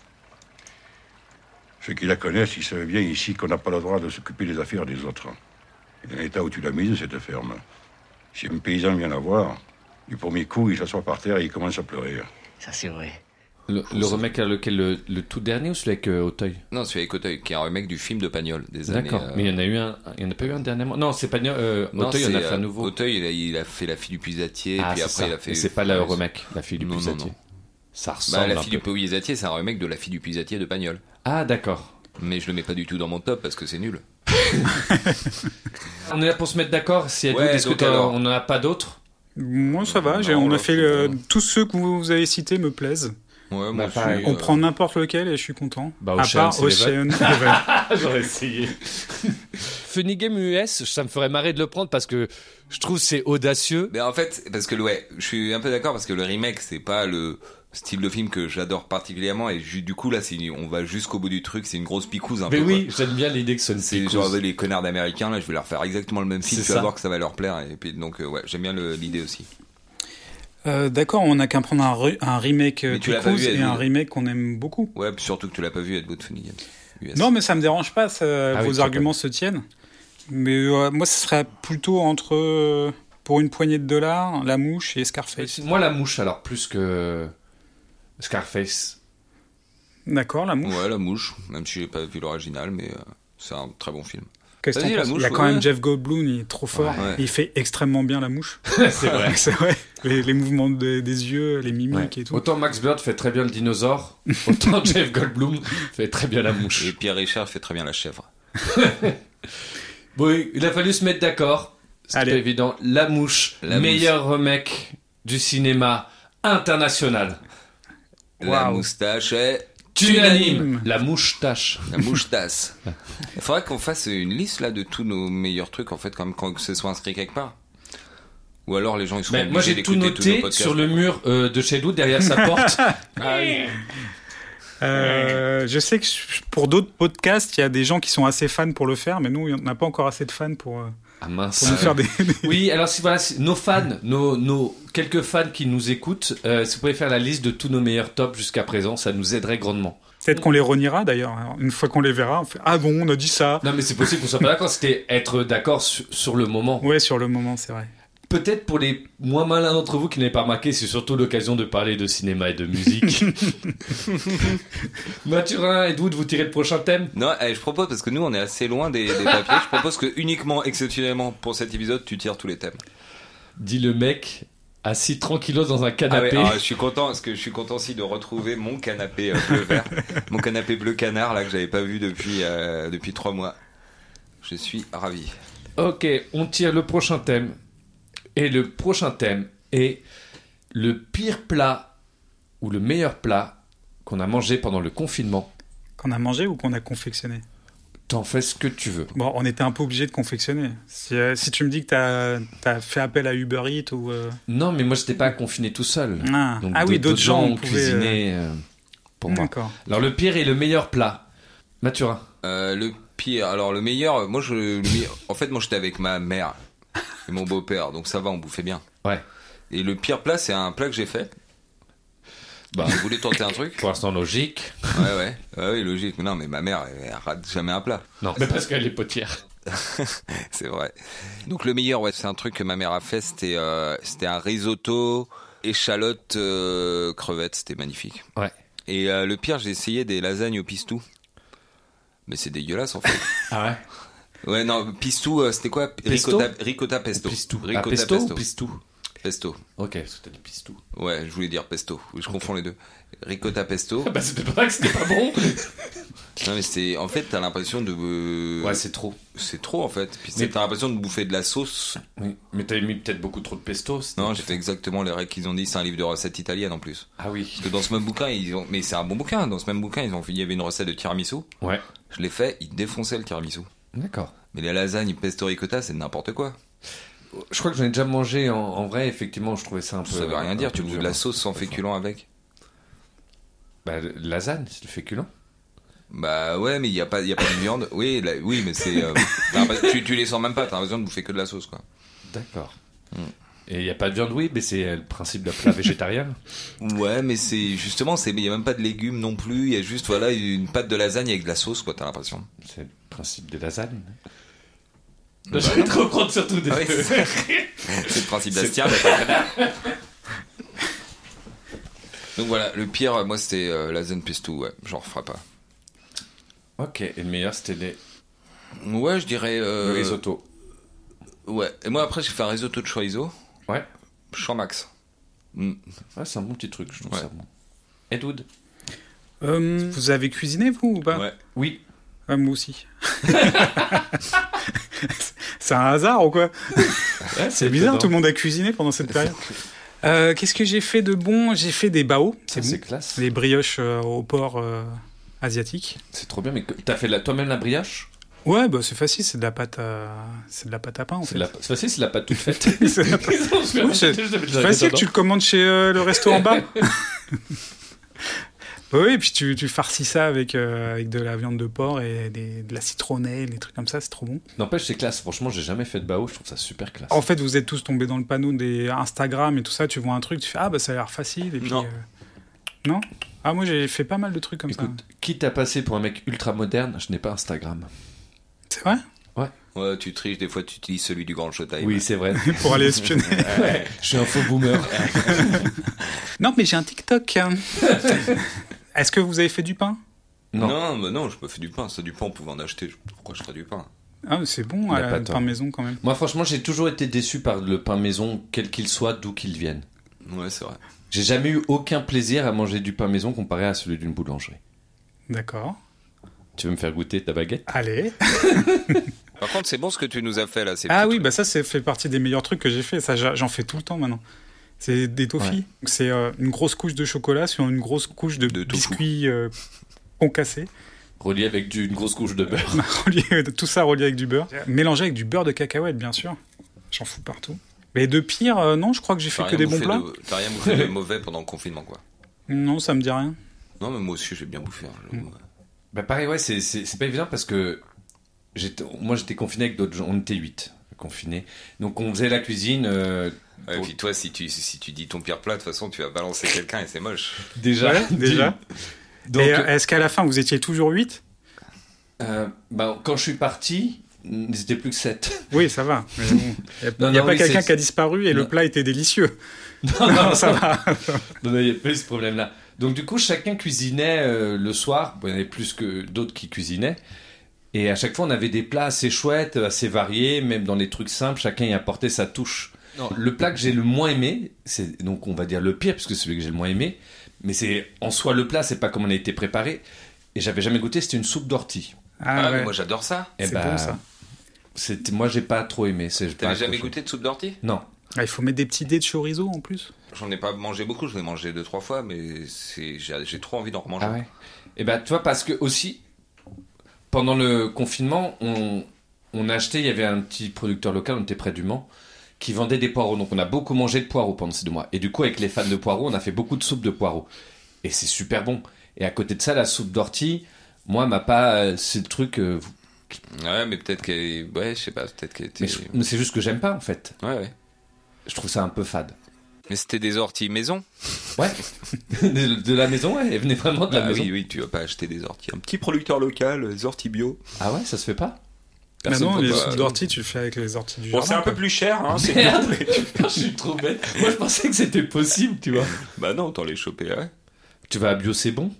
Ceux qui la connaissent, ils savent bien ici qu'on n'a pas le droit de s'occuper des affaires des autres. Et dans l'état où tu l'as mise, cette ferme. Si un paysan vient la voir, du premier coup, il s'assoit par terre et il commence à pleurer. Ça, c'est vrai. Le, le remake à lequel le, le tout dernier ou celui avec euh, Auteuil? Non, celui avec Auteuil, qui est un remake du film de Pagnol des années. D'accord, euh, mais il y en a eu un, il y en a pas eu un dernièrement. Non, c'est pas euh, Non, Auteuil, il y en a c'est, fait un euh, nouveau. Auteuil, il a, il a fait La fille du puisatier, Ah, puis c'est après ça. il a fait. Et c'est pas le Ouais, remake, La fille du Non, non, puisatier. non. Ça Bah, ressemble La un fille peu. du puisatier, c'est un remake de La fille du puisatier de Pagnol. Ah d'accord. Mais je le mets pas du tout dans mon top parce que c'est nul. On est là pour se mettre d'accord. Si Edwin, Ouais, est-ce que donc t'as- alors. on n'en a pas d'autres? Moi, ça va. j'ai- Non, on a là, fait faut le- pas. tous ceux que vous avez cités me plaisent. Ouais, Bah, moi aussi, pareil. On euh, prend n'importe lequel et je suis content. Bah, à Ocean's part Ocean Eleven. Eleven. J'aurais essayé. Funny Game U S, ça me ferait marrer de le prendre parce que je trouve c'est audacieux. Mais en fait, parce que ouais, je suis un peu d'accord parce que le remake, c'est pas le style de film que j'adore particulièrement et ju- du coup là, c'est, on va jusqu'au bout du truc, c'est une grosse picouse un Mais peu. oui, quoi. j'aime bien l'idée que ce soit une C'est picouse. genre les connards d'américains là, je vais leur faire exactement le même film, C'est tu vas ça. voir que ça va leur plaire et puis donc euh, ouais, j'aime bien le- l'idée aussi. Euh, D'accord, on n'a qu'à prendre un, re- un remake euh, Mais tu l'as pas picouse vu, et Edwin. un remake qu'on aime beaucoup. Ouais, puis surtout que tu l'as pas vu Ed Wood Funny Games U S. Non, mais ça me dérange pas, ça- Ah oui, vos tu arguments se tiennent. Mais euh, moi, ce serait plutôt entre, euh, pour une poignée de dollars, La Mouche et Scarface. Moi, La Mouche, alors, plus que Scarface. D'accord, La Mouche. Ouais, La Mouche, même si j'ai pas vu l'original, mais euh, c'est un très bon film. Qu'est-ce que Vas-y, t'en La penses Mouche, Il y a quand ouais. même Jeff Goldblum, il est trop fort. Ouais. Il fait extrêmement bien La Mouche. C'est vrai. C'est vrai. Les, les mouvements de- des yeux, les mimiques Ouais. et tout. Autant Max Bird fait très bien le dinosaure, autant Jeff Goldblum fait très bien la mouche. Et Pierre Richard fait très bien la chèvre. Bon, il a fallu se mettre d'accord. C'est Allez. pas évident. La Mouche, La meilleur remake du cinéma international. La Waouh. moustache est Unanime. La mouche tâche. la mouche-tasse. Il faudrait qu'on fasse une liste là de tous nos meilleurs trucs en fait, comme quand que ce soit inscrit quelque part. Ou alors les gens ils seront Ben, moi obligés j'ai tout d'écouter tous nos noté podcasts. sur le mur euh, de chez nous derrière sa porte. Euh, je sais que je- pour d'autres podcasts, il y a des gens qui sont assez fans pour le faire, mais nous, on n'a pas encore assez de fans pour, euh, Ah mince. Pour nous faire des... Oui, alors si voilà, si, nos fans, nos, nos quelques fans qui nous écoutent, euh, si vous pouvez faire la liste de tous nos meilleurs tops jusqu'à présent, ça nous aiderait grandement. Peut-être qu'on les reniera d'ailleurs. Alors, une fois qu'on les verra, on fait ah bon, on a dit ça. Non mais c'est possible qu'on soit pas d'accord. C'était être d'accord sur, sur le moment. Ouais, sur le moment, c'est vrai. Peut-être pour les moins malins d'entre vous qui n'avez pas remarqué, c'est surtout l'occasion de parler de cinéma et de musique. Mathurin, Edwood, vous tirez le prochain thème ? Non, allez, je propose, parce que nous on est assez loin des, des papiers, je propose que uniquement, exceptionnellement pour cet épisode, tu tires tous les thèmes. Dit le mec assis tranquillos dans un canapé. Ah ouais, alors, je suis content, parce que je suis content aussi de retrouver mon canapé euh, bleu-vert, mon canapé bleu canard là que j'avais pas vu depuis, euh, depuis trois mois. Je suis ravi. Ok, on tire le prochain thème. Et le prochain thème est le pire plat ou le meilleur plat qu'on a mangé pendant le confinement. Qu'on a mangé ou qu'on a confectionné ? T'en fais ce que tu veux. Bon, on était un peu obligé de confectionner. Si, euh, si tu me dis que t'as, t'as fait appel à Uber Eats ou... Euh... Non, mais moi, j'étais pas confiné tout seul. Ah, Donc, ah oui, d'autres, d'autres gens ont pouvaient, cuisiné euh... pour moi. D'accord. Alors, le pire et le meilleur plat. Mathurin. Euh, le pire, alors le meilleur, moi je... Le meilleur, en fait, moi j'étais avec ma mère et mon beau-père, donc ça va, on bouffait bien. Ouais. Et le pire plat, c'est un plat que j'ai fait. Bah, vous voulez tenter un truc ? Pour l'instant, logique. Ouais, ouais. Ouais, oui, logique. Non, mais ma mère, elle, elle rate jamais un plat. Non, mais parce qu'elle est potière. C'est vrai. Donc le meilleur, ouais, c'est un truc que ma mère a fait. C'était, euh, c'était un risotto, échalote, euh, crevettes. C'était magnifique. Ouais. Et euh, le pire, j'ai essayé des lasagnes au pistou. Mais c'est dégueulasse, en fait. Ah ouais ? Ouais, non, pistou, euh, c'était quoi ? Pesto ? Ricotta, ricotta pesto. Pistou. Ricotta Ah, pesto, pesto. ou pistou ? Pesto. Ok, parce que t'as dit pistou. Ouais, je voulais dire pesto. Je okay. confonds les deux. Ricotta pesto. Bah, c'était pas que c'était pas bon. Non, mais c'est. En fait, t'as l'impression de. Euh... Ouais, c'est trop. C'est trop, en fait. Puis mais t'as l'impression de bouffer de la sauce. Oui, mais t'avais mis peut-être beaucoup trop de pesto. Non, j'ai fait exactement les règles qu'ils ont dit. C'est un livre de recettes italiennes en plus. Ah oui. Parce que dans ce même bouquin, ils ont. Mais c'est un bon bouquin. Dans ce même bouquin, ils ont fait. Il y avait une recette de tiramisu. Ouais. Je l'ai fait, ils défonçaient le tiramisu. D'accord. Mais les lasagnes pesto ricotta, c'est n'importe quoi. Je crois que j'en ai déjà mangé en, en vrai, effectivement, je trouvais ça un peu. Ça veut rien dire, tu bouffes de la sauce sans féculent avec. Bah, lasagne, c'est le féculent. Bah ouais, mais il n'y a, pas, y a pas de viande. Oui, la, oui mais c'est. Euh, tu, tu les sens même pas, t'as l'impression de bouffer que de la sauce, quoi. D'accord. Mm. Et il n'y a pas de viande, oui, mais c'est le principe d'un plat végétarien. Ouais, mais c'est justement, il n'y a même pas de légumes non plus, il y a juste voilà, une pâte de lasagne avec de la sauce, quoi, t'as l'impression. C'est le principe des lasagnes. Bah, je vais te reprendre surtout des. Ah oui, c'est, c'est le principe d'Astien, mais pas très bien. Donc voilà, le pire, moi c'était euh, lasagne pesto, ouais, j'en referai pas. Ok, et le meilleur c'était les. Ouais, je dirais. Euh... Le risotto. Ouais, et moi après j'ai fait un risotto de chorizo. Ouais. Champ max. Mm. Ouais, c'est un bon petit truc, je trouve ouais. ça bon. Edwood euh, Vous avez cuisiné vous ou pas ? Ouais. Oui. Ah, moi aussi. C'est un hasard ou quoi ? Ouais, c'est, c'est bizarre, étonnant. tout le monde a cuisiné pendant cette période. Euh, qu'est-ce que j'ai fait de bon ? J'ai fait des bao, c'est, c'est, c'est bon. classe. Les brioches euh, au porc euh, asiatique. C'est trop bien, mais t'as fait la, toi-même la brioche ? Ouais, bah c'est facile, c'est de la pâte à, c'est de la pâte à pain en c'est fait. La... C'est facile, c'est de la pâte toute faite. c'est la pâte... oui, c'est... c'est facile, tu le commandes chez euh, le resto en bas. Oui, et puis tu, tu farcis ça avec, euh, avec de la viande de porc et des, de la citronnelle, des trucs comme ça, c'est trop bon. N'empêche, c'est classe. Franchement, j'ai jamais fait de bao, je trouve ça super classe. En fait, vous êtes tous tombés dans le panneau des Instagram et tout ça, tu vois un truc, tu fais ah bah ça a l'air facile. Et puis, non. Euh... Non Ah, moi j'ai fait pas mal de trucs comme Écoute, ça. Quitte à passer pour un mec ultra moderne, je n'ai pas Instagram. C'est vrai ? Ouais. Ouais, tu triches, des fois tu utilises celui du Grand Showtime. Oui, c'est vrai. Pour aller espionner. Ouais, je suis un faux boomer. Non, mais j'ai un TikTok. Est-ce que vous avez fait du pain ? Non, non, bah non, je peux faire du pain. Ça, du pain, on pouvait en acheter. Pourquoi je ferais du pain ? Ah, c'est bon, euh, le pain maison quand même. Moi, franchement, j'ai toujours été déçu par le pain maison, quel qu'il soit, d'où qu'il vienne. Ouais, c'est vrai. J'ai jamais eu aucun plaisir à manger du pain maison comparé à celui d'une boulangerie. D'accord. Tu veux me faire goûter ta baguette ? Allez. Par contre, c'est bon ce que tu nous as fait là. Ces ah oui, trucs. bah ça, c'est fait partie des meilleurs trucs que j'ai fait. Ça, j'en fais tout le temps maintenant. C'est des toffees. Ouais. C'est euh, une grosse couche de chocolat sur une grosse couche de, de biscuits euh, concassés. Relié avec du, une grosse couche de beurre. relié, tout ça relié avec du beurre. Mélangé avec du beurre de cacahuète, bien sûr. J'en fous partout. Mais de pire, euh, non, je crois que j'ai fait que des bons plats. De, t'as rien bouffé de mauvais pendant le confinement, quoi. Non, ça me dit rien. Non, mais moi aussi, j'ai bien bouffé. Hein, mm. Bah pareil, ouais, c'est, c'est, c'est pas évident parce que j'étais, moi, j'étais confiné avec d'autres gens. On était huit. confiné. Donc on faisait la cuisine. Euh, Ouais, pour... Et puis toi, si tu, si tu dis ton pire plat, de toute façon, tu vas balancer quelqu'un et c'est moche. Déjà, ouais, déjà. Donc, et euh, est-ce qu'à la fin, vous étiez toujours huit euh, bah, quand je suis parti, ils n'étaient plus que sept. Oui, ça va. Mais bon, il n'y a, non, y a non, pas oui, quelqu'un c'est... qui a disparu et non. le plat était délicieux. Non, non, non ça va. Non, il n'y a pas eu ce problème-là. Donc du coup, chacun cuisinait euh, le soir. Bon, il y en avait plus que d'autres qui cuisinaient. Et à chaque fois, on avait des plats assez chouettes, assez variés, même dans les trucs simples, chacun y apportait sa touche. Non, le plat que j'ai le moins aimé, c'est donc on va dire le pire, puisque c'est celui que j'ai le moins aimé, mais c'est en soi le plat, c'est pas comme on a été préparé. Et j'avais jamais goûté, c'était une soupe d'ortie. Ah, ah ouais. Mais moi j'adore ça. Et c'est bah, bon ça. C'était, moi j'ai pas trop aimé. C'est, T'avais jamais goûté de soupe d'ortie ? Non. Ah, il faut mettre des petits dés de chorizo en plus. J'en ai pas mangé beaucoup, j'en ai mangé deux trois fois, mais c'est, j'ai, j'ai trop envie d'en remanger. Ah ouais. Et bah tu vois, parce que aussi, pendant le confinement, on, on achetait, il y avait un petit producteur local, on était près du Mans, qui vendait des poireaux. Donc on a beaucoup mangé de poireaux pendant ces deux mois. Et du coup, avec les fans de poireaux, on a fait beaucoup de soupe de poireaux. Et c'est super bon. Et à côté de ça, la soupe d'ortie, moi, m'a pas... Euh, c'est le truc... Euh, ouais, mais peut-être qu'elle... Ouais, je sais pas, peut-être qu'elle était... Mais, je... mais c'est juste que j'aime pas, en fait. Ouais, ouais. Je trouve ça un peu fade. Mais c'était des orties maison. Ouais. de, de la maison, ouais. Elle venait vraiment de la ah, maison. Oui, oui, tu vas pas acheter des orties. Un petit producteur local, des orties bio. Ah ouais, ça se fait pas ? Bah non, les soupes d'ortie, tu le fais avec les orties du bon, jardin. C'est un peu plus cher, hein. C'est je suis trop bête. Moi, je pensais que c'était possible, tu vois. Bah non, t'en les choper, ouais. Tu vas à Bio, c'est bon.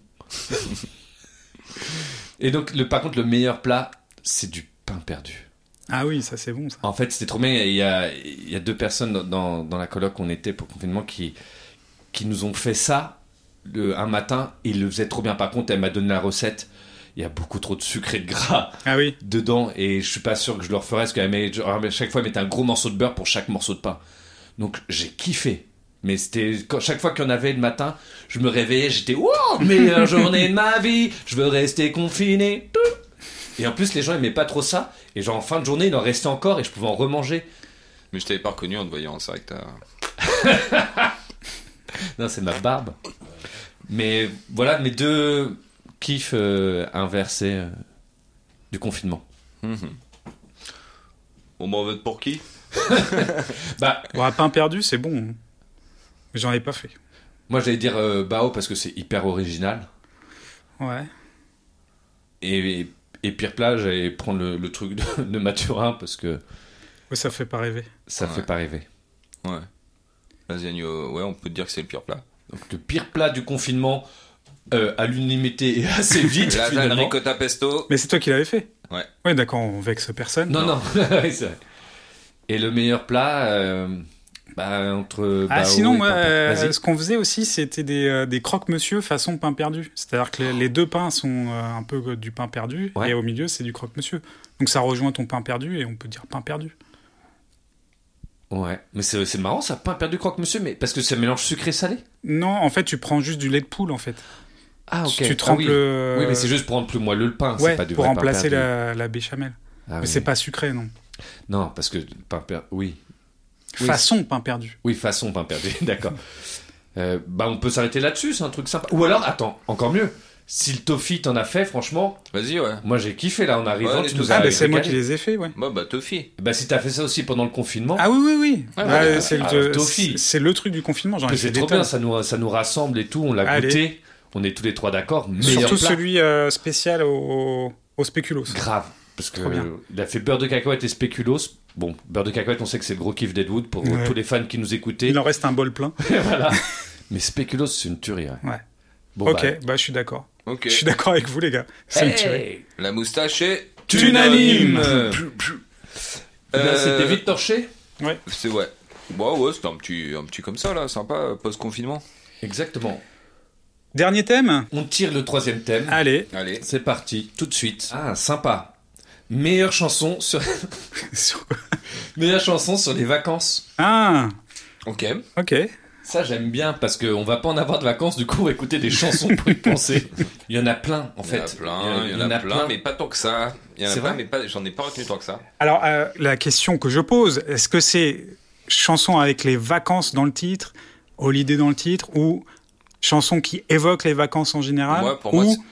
Et donc, le, par contre, le meilleur plat, c'est du pain perdu. Ah oui, ça c'est bon, ça. En fait, c'était trop bien. Il y a, il y a deux personnes dans, dans la coloc où on était pour le confinement qui, qui nous ont fait ça le, un matin. Ils le faisaient trop bien. Par contre, elle m'a donné la recette. Il y a beaucoup trop de sucre et de gras ah oui. dedans et je suis pas sûr que je le referais parce qu'elle met, genre, chaque fois elle mettait un gros morceau de beurre pour chaque morceau de pain. Donc j'ai kiffé. Mais c'était quand, chaque fois qu'il y en avait le matin, je me réveillais, j'étais wow, meilleure journée de ma vie, je veux rester confiné. Et en plus les gens aimaient pas trop ça et genre en fin de journée il en restait encore et je pouvais en remanger. Mais je t'avais pas reconnu en te voyant, c'est vrai que t'as... Non, c'est ma barbe. Mais voilà mes deux kiff euh, inversé euh, du confinement. Mmh. On m'en veut pour qui? Bah, bon, un pain perdu, c'est bon. Mais j'en ai pas fait. Moi, j'allais dire euh, Bao parce que c'est hyper original. Ouais. Et, et, et pire plat, j'allais prendre le, le truc de, de Mathurin parce que. Ouais, ça fait pas rêver. Ça ouais. fait pas rêver. Ouais. Lasagne, ouais, on peut te dire que c'est le pire plat. Donc, le pire plat du confinement. Euh, à l'unanimité et assez vite. Lasagne ricotta pesto. Mais c'est toi qui l'avais fait. Ouais. Ouais, d'accord, on vexe personne. Non, non. non. C'est vrai. Et le meilleur plat, euh, bah, entre. Ah, bah, sinon, moi, euh, ce qu'on faisait aussi, c'était des, euh, des croque-monsieur façon pain perdu. C'est-à-dire que les, les deux pains sont euh, un peu du pain perdu, ouais. Et au milieu, c'est du croque-monsieur. Donc ça rejoint ton pain perdu et on peut dire pain perdu. Ouais, mais c'est, c'est marrant ça, pain perdu croque-monsieur, mais parce que c'est un mélange sucré-salé. Non, en fait, tu prends juste du lait de poule, en fait. Ah, ok. Tu trempes ah, oui. le... oui, mais c'est juste pour rendre plus moelleux le pain. Ouais, c'est pas du pour vrai remplacer pain la, la béchamel. Ah, mais oui. c'est pas sucré, non. Non, parce que pain perdu... Oui. Façon oui, pain perdu. Oui, façon pain perdu, d'accord. euh, bah, on peut s'arrêter là-dessus, c'est un truc sympa. Ou alors, attends, encore mieux. Si le toffee t'en as fait, franchement... Vas-y, ouais. Moi, j'ai kiffé, là, en arrivant. Ouais, tu nous ah, as bah c'est moi qui les ai fait, ouais. Bah, bah, toffee. Bah, si t'as fait ça aussi pendant le confinement... Ah oui, oui, oui. Ouais, bah, ouais, c'est, ah, le, toffee. c'est le truc du confinement, j'en ai fait c'est des trop tonnes. bien, ça nous, ça nous rassemble et tout, on l'a Allez. goûté, on est tous les trois d'accord. Surtout plat. celui euh, spécial au, au spéculoos. Grave, parce que il a fait beurre de cacahuète et spéculoos. Bon, beurre de cacahuète, on sait que c'est le gros kiff d'Ed Wood pour ouais. tous les fans qui nous écoutaient. Il en reste un bol plein. Voilà. Mais spéculoos, c'est une tuerie. Ouais. ouais. Bon, ok, bah, bah je suis d'accord. Okay. Je suis d'accord avec vous, les gars. C'est hey une tuerie. La moustache est unanime. Euh... Là, c'était vite torché. Ouais. C'est ouais. Bon, ouais, c'était un petit, un petit comme ça là, sympa, post-confinement. Exactement. Dernier thème. On tire le troisième thème. Allez. Allez. C'est parti, tout de suite. Ah, sympa. Meilleure chanson sur. Sur quoi? Meilleure chanson sur les vacances. Ah. Ok. Ok. Ça, j'aime bien parce qu'on va pas en avoir de vacances, du coup, on va écouter des chansons pour y penser. Il y en a plein, en fait. Il y en a plein, il y en a, il y en a plein, plein, mais pas tant que ça. Il y en a c'est plein, vrai mais pas, j'en ai pas retenu tant que ça. Alors, euh, la question que je pose, est-ce que c'est chanson avec les vacances dans le titre, holiday dans le titre, ou chanson qui évoque les vacances en général, Moi, pour ou moi,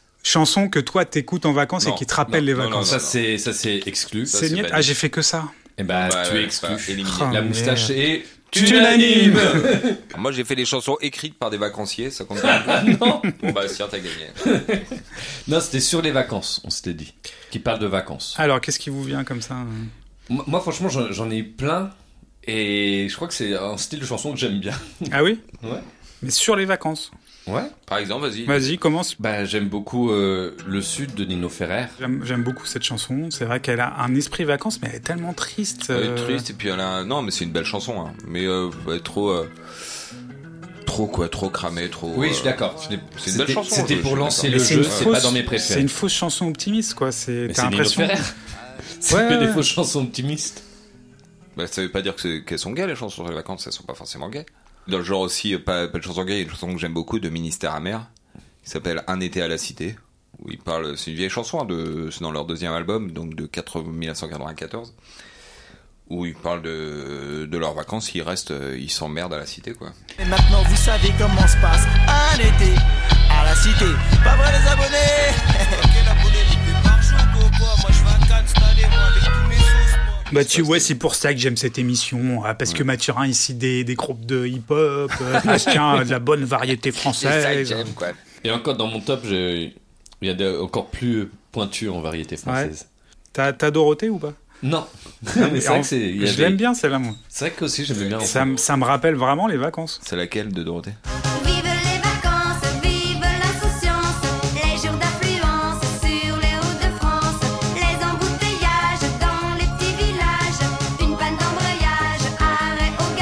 chanson que toi t'écoutes en vacances non, et qui te rappelle non, les non, vacances? Ça, c'est, ça, c'est exclu. Ça, c'est c'est niet. Ah, j'ai fait que ça. Eh ben, Bah, tu ouais, es exclu. bah, éliminé. Oh, La moustache merde. est Unanime. Moi, j'ai fait des chansons écrites par des vacanciers, ça compte pas. Non. Bon, bah, si, t'as gagné. Non, c'était sur les vacances, on s'était dit. Qui parle de vacances. Alors, qu'est-ce qui vous vient comme ça? Moi, moi, franchement, j'en, j'en ai plein. Et je crois que c'est un style de chanson que j'aime bien. Ah oui? Ouais. Mais sur les vacances. Ouais. Par exemple, vas-y. Vas-y, commence. Bah, j'aime beaucoup euh, Le Sud de Nino Ferrer. J'aime, j'aime beaucoup cette chanson. C'est vrai qu'elle a un esprit vacances, mais elle est tellement triste. Elle est euh, triste, et puis elle a un... Non, mais c'est une belle chanson, hein. Mais euh, ouais, trop... euh, Trop, quoi, trop cramé, trop... Oui, euh, je suis d'accord. C'est une C'était- belle chanson. c'était je- pour je suis lancer d'accord. le c'est jeu, une c'est fausse- pas dans mes préférés. C'est une fausse chanson optimiste, quoi. C'est, Mais t'as c'est Nino l'impression. Ferrer. C'est Ouais, que des ouais. fausses chansons optimistes. Bah, ça veut pas dire que c'est- qu'elles sont gays, les chansons sur les vacances, elles sont pas forcément gays. Dans le genre aussi, euh, pas, pas de chansons gays, il y a une chanson que j'aime beaucoup de Ministère Amer, qui s'appelle Un été à la cité, où ils parlent, c'est une vieille chanson, hein, de, c'est dans leur deuxième album, donc de mille neuf cent quatre-vingt-quatorze, où ils parlent de, de leurs vacances, ils restent, euh, ils s'emmerdent à la cité, quoi. Et maintenant vous savez comment se passe un été à la cité. Pas vrai les abonnés? Ok l'abonné il fait par jour quoi. Moi je vais à Cannes cette année moi avec tous mes sauces. Bah tu vois, c'est pour ça que j'aime cette émission, hein, parce que Mathurin ici des, des groupes de hip-hop, euh, Bastien de la bonne variété C'est ça que française. j'aime, quoi. Et encore dans mon top, j'ai... il y a des... encore plus pointus en variété française. T'as, t'as Dorothée ou pas? Non. Mais c'est vrai que c'est... il y Je avait- l'aime bien celle-là, moi. C'est vrai que aussi j'aimais bien. Ça, me- ça me rappelle vraiment les vacances. C'est laquelle de Dorothée? Vive les vacances, vive l'insouciance, les jours d'affluence sur les routes de France, les embouteillages dans les petits villages, une panne d'embrayage, arrêt au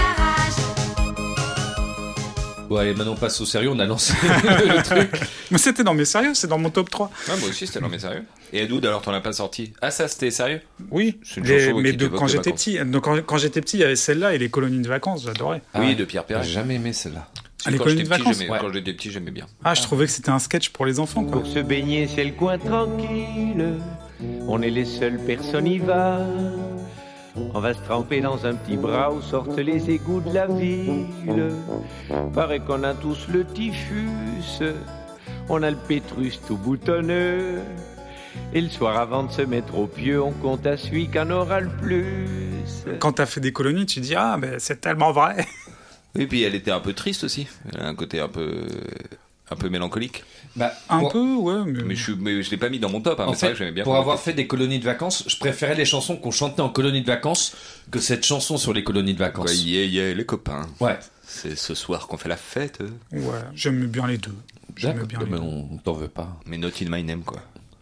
garage. Bon allez, maintenant on passe au sérieux, on a lancé le truc. Mais c'était dans mes sérieux, c'est dans mon top trois. Ah, moi aussi, c'était dans mes sérieux. Et Edoud, alors t'en as pas sorti? Ah, ça, c'était sérieux? Oui, C'est une les- chanson mais qui de, t'évoque quand les j'étais vacances. petit, donc quand, quand j'étais petit, il y avait celle-là et les colonies de vacances, j'adorais. Oui, ouais. de Pierre Perret. J'ai jamais aimé celle-là. Si, Ah, les quand colonies j'étais de petit, vacances, j'aimais- ouais. Quand j'étais petit, j'aimais bien. Ah, je trouvais que c'était un sketch pour les enfants, quoi. Pour se baigner, c'est le coin tranquille. On est les seules personnes y va. On va se tremper dans un petit bras où sortent les égouts de la ville. Paraît qu'on a tous le typhus. On a le pétrus tout boutonneux. Et le soir avant de se mettre au pieu, on compte à celui qu'en aura le plus. Quand t'as fait des colonies, tu dis ah, ben c'est tellement vrai. Oui, puis elle était un peu triste aussi. Elle a un côté un peu, un peu mélancolique. Bah, Un pour- peu, ouais. Mais... Mais je, suis- mais je l'ai pas mis dans mon top. Hein, En mais c'est vrai fait, que j'aimais bien. pour quand avoir on fait des colonies de vacances, je préférais les chansons qu'on chantait en colonies de vacances que cette chanson sur les colonies de était- vacances. Quoi, yeah, yeah, les copains. Ouais. C'est ce soir qu'on fait la fête. Ouais, j'aime bien les deux. J'aime D'accord. bien Mais les deux. on t'en veut pas. Mais not in my name, quoi.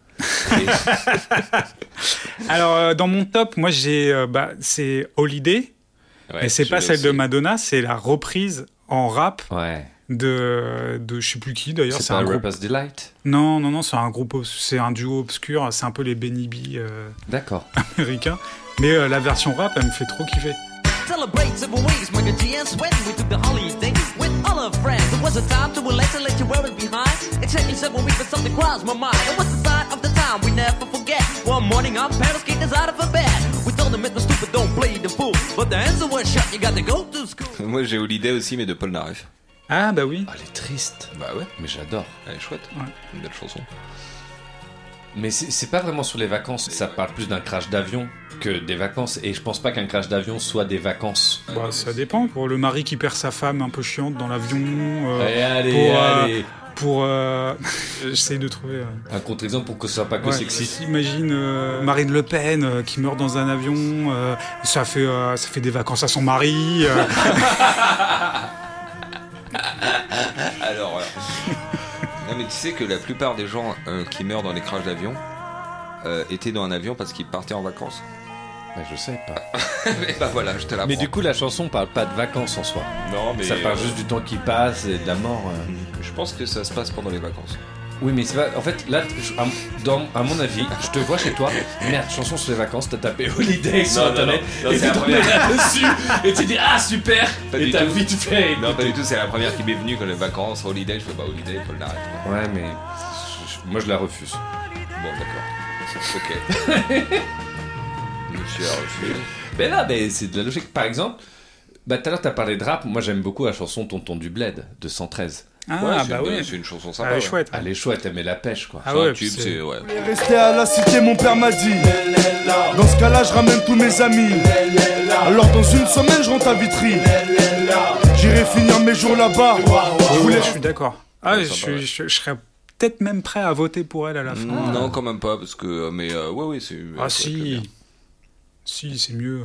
Alors, euh, dans mon top, moi, j'ai, euh, bah, c'est Holiday. Ouais, mais c'est je pas l'ai celle de aussi. Madonna, c'est la reprise en rap Ouais. de, de je sais plus qui d'ailleurs. C'est C'est pas un groupe. Rapper's Delight. Non, non, non, c'est un groupe, obs- c'est un duo obscur. C'est un peu les Benny B euh, D'accord. américains. Mais euh, la version rap, elle me fait trop kiffer. Celebrate several weeks, Michael G and Sweat. We took the holiday with all our friends. It was a time to relax and let you wear it behind. Exactly several weeks, but something crossed my mind. It was the sign of the time we never forget. One morning, our parents kicked us out of a bed. We told them it was stupid, don't play the fool. But the answer was shut, you got to go to school. Moi, j'ai Holiday aussi, mais de Paul Naref. Ah bah oui. Ah, elle est triste. Bah ouais, Mais j'adore. elle est chouette. Ouais. Une belle chanson. Mais c'est c'est pas vraiment sur les vacances. Ça parle plus d'un crash d'avion que des vacances. Et je pense pas qu'un crash d'avion soit des vacances. Bah, ça dépend. Pour le mari qui perd sa femme un peu chiante dans l'avion. euh, Allez, allez, pour, euh, allez. pour euh, j'essaye de trouver. euh, Un contre-exemple pour que ce soit pas que Ouais, sexy. Imagine euh, Marine Le Pen euh, qui meurt dans un avion, euh, ça, fait, euh, ça fait des vacances à son mari. euh. Alors, euh, non mais tu sais que la plupart des gens euh, qui meurent dans les crashs d'avion euh, étaient dans un avion parce qu'ils partaient en vacances. Bah, je sais pas. Mais bah voilà, je te l'apprends. Mais du coup, la chanson parle pas de vacances en soi. non mais Ça parle euh, juste du temps qui passe et de la mort. euh. je pense que ça se passe pendant les vacances. Oui, mais c'est pas. En fait, là, je- à, dans, à mon avis, je te vois chez toi. Merde, chanson sur les vacances, t'as tapé Holiday sur Non, non, internet. non, non, et c'est t'es la tombé première. là-dessus. Et tu dis, ah super. Pas Et du t'as tout. vite fait. Non pas du tout, c'est la première qui m'est venue quand les vacances, Holiday, je fais pas Holiday, Paul Naref. Ouais, mais je- je- moi je la refuse. Bon d'accord. Ok. Monsieur a refusé. Mais là, mais c'est de la logique. Par exemple, bah tout à l'heure t'as parlé de rap. Moi j'aime beaucoup la chanson Tonton du Bled de cent treize. Ah, Ouais, c'est bah une- oui. c'est une chanson sympa, Elle est ouais. chouette. Elle est chouette, elle met la pêche, quoi. Ah C'est un ouais, tube, c'est- c'est ouais. Je voulais rester à la cité, mon père m'a dit. Dans ce cas-là, je ramène tous mes amis. Alors dans une semaine, je rentre à Vitry. J'irai finir mes jours là-bas. Je voulais... Je suis d'accord. Ah, Ouais, je, sympa, ouais. je- je serais peut-être même prêt à voter pour elle à la fin. Mm, Non, quand même pas, parce que. Mais euh, ouais, ouais, c'est. Ah ouais, si. Si, c'est mieux.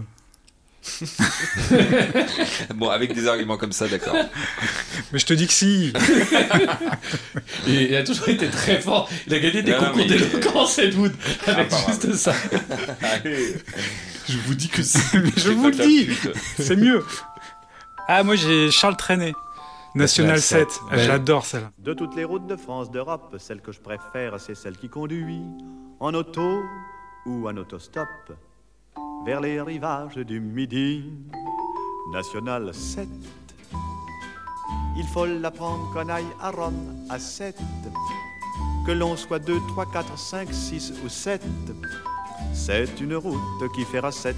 Bon, avec des arguments comme ça, d'accord. Mais je te dis que si. Et il a toujours été très fort. Il a gagné des Non, non, concours mais- d'éloquence, Ed Wood, avec pas juste ça. Allez. Je vous dis que c'est... Je vous le dis, c'est mieux. Ah, moi j'ai Charles Trenet. National National sept. sept. Ah, J'adore celle-là. De toutes les routes de France, d'Europe, celle que je préfère, c'est celle qui conduit en auto ou en autostop vers les rivages du Midi. National sept. Il faut la prendre qu'on aille à Rome à sept. Que l'on soit deux, trois, quatre, cinq, six ou sept. C'est une route qui fera sept.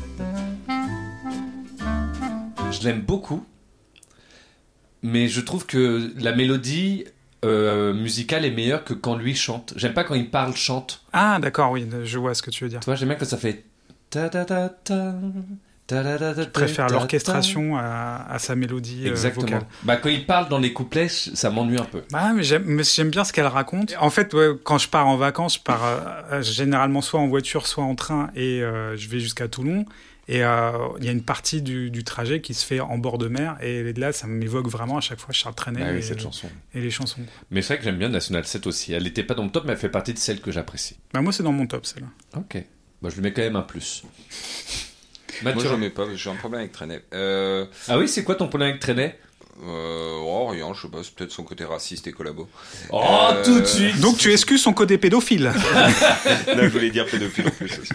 Je l'aime beaucoup, mais je trouve que la mélodie euh, musicale est meilleure que quand lui chante. J'aime pas quand il parle, chante. Ah, d'accord, oui, je vois ce que tu veux dire. Tu vois, j'aime bien quand ça fait... ta ta ta ta, ta ta ta ta, Je préfère ta ta. l'orchestration à, à sa mélodie euh, Exactement. vocale. Bah, quand il parle dans les couplets, ça m'ennuie un peu. Ah, mais j'aime, mais j'aime bien ce qu'elle raconte. En fait, ouais, quand je pars en vacances, je pars euh, généralement soit en voiture, soit en train, et euh, je vais jusqu'à Toulon. Et il euh, y a une partie du, du trajet qui se fait en bord de mer, et là, ça m'évoque vraiment à chaque fois Charles Trenet Ah oui, et, cette chanson. et les chansons. Mais c'est vrai que j'aime bien National sept aussi. Elle n'était pas dans mon top, mais elle fait partie de celles que j'apprécie. Bah, moi, c'est dans mon top, celle-là. Ok. Bah, je lui mets quand même un plus. Moi, Mathieu. je mets pas, j'ai un problème avec Trenet. Euh... Ah oui, c'est quoi ton problème avec Trenet? Euh, oh, rien, je sais pas, c'est peut-être son côté raciste et collabo. Oh, Euh, tout de suite. Donc, tu excuses son côté pédophile. Là, je voulais dire pédophile en plus aussi.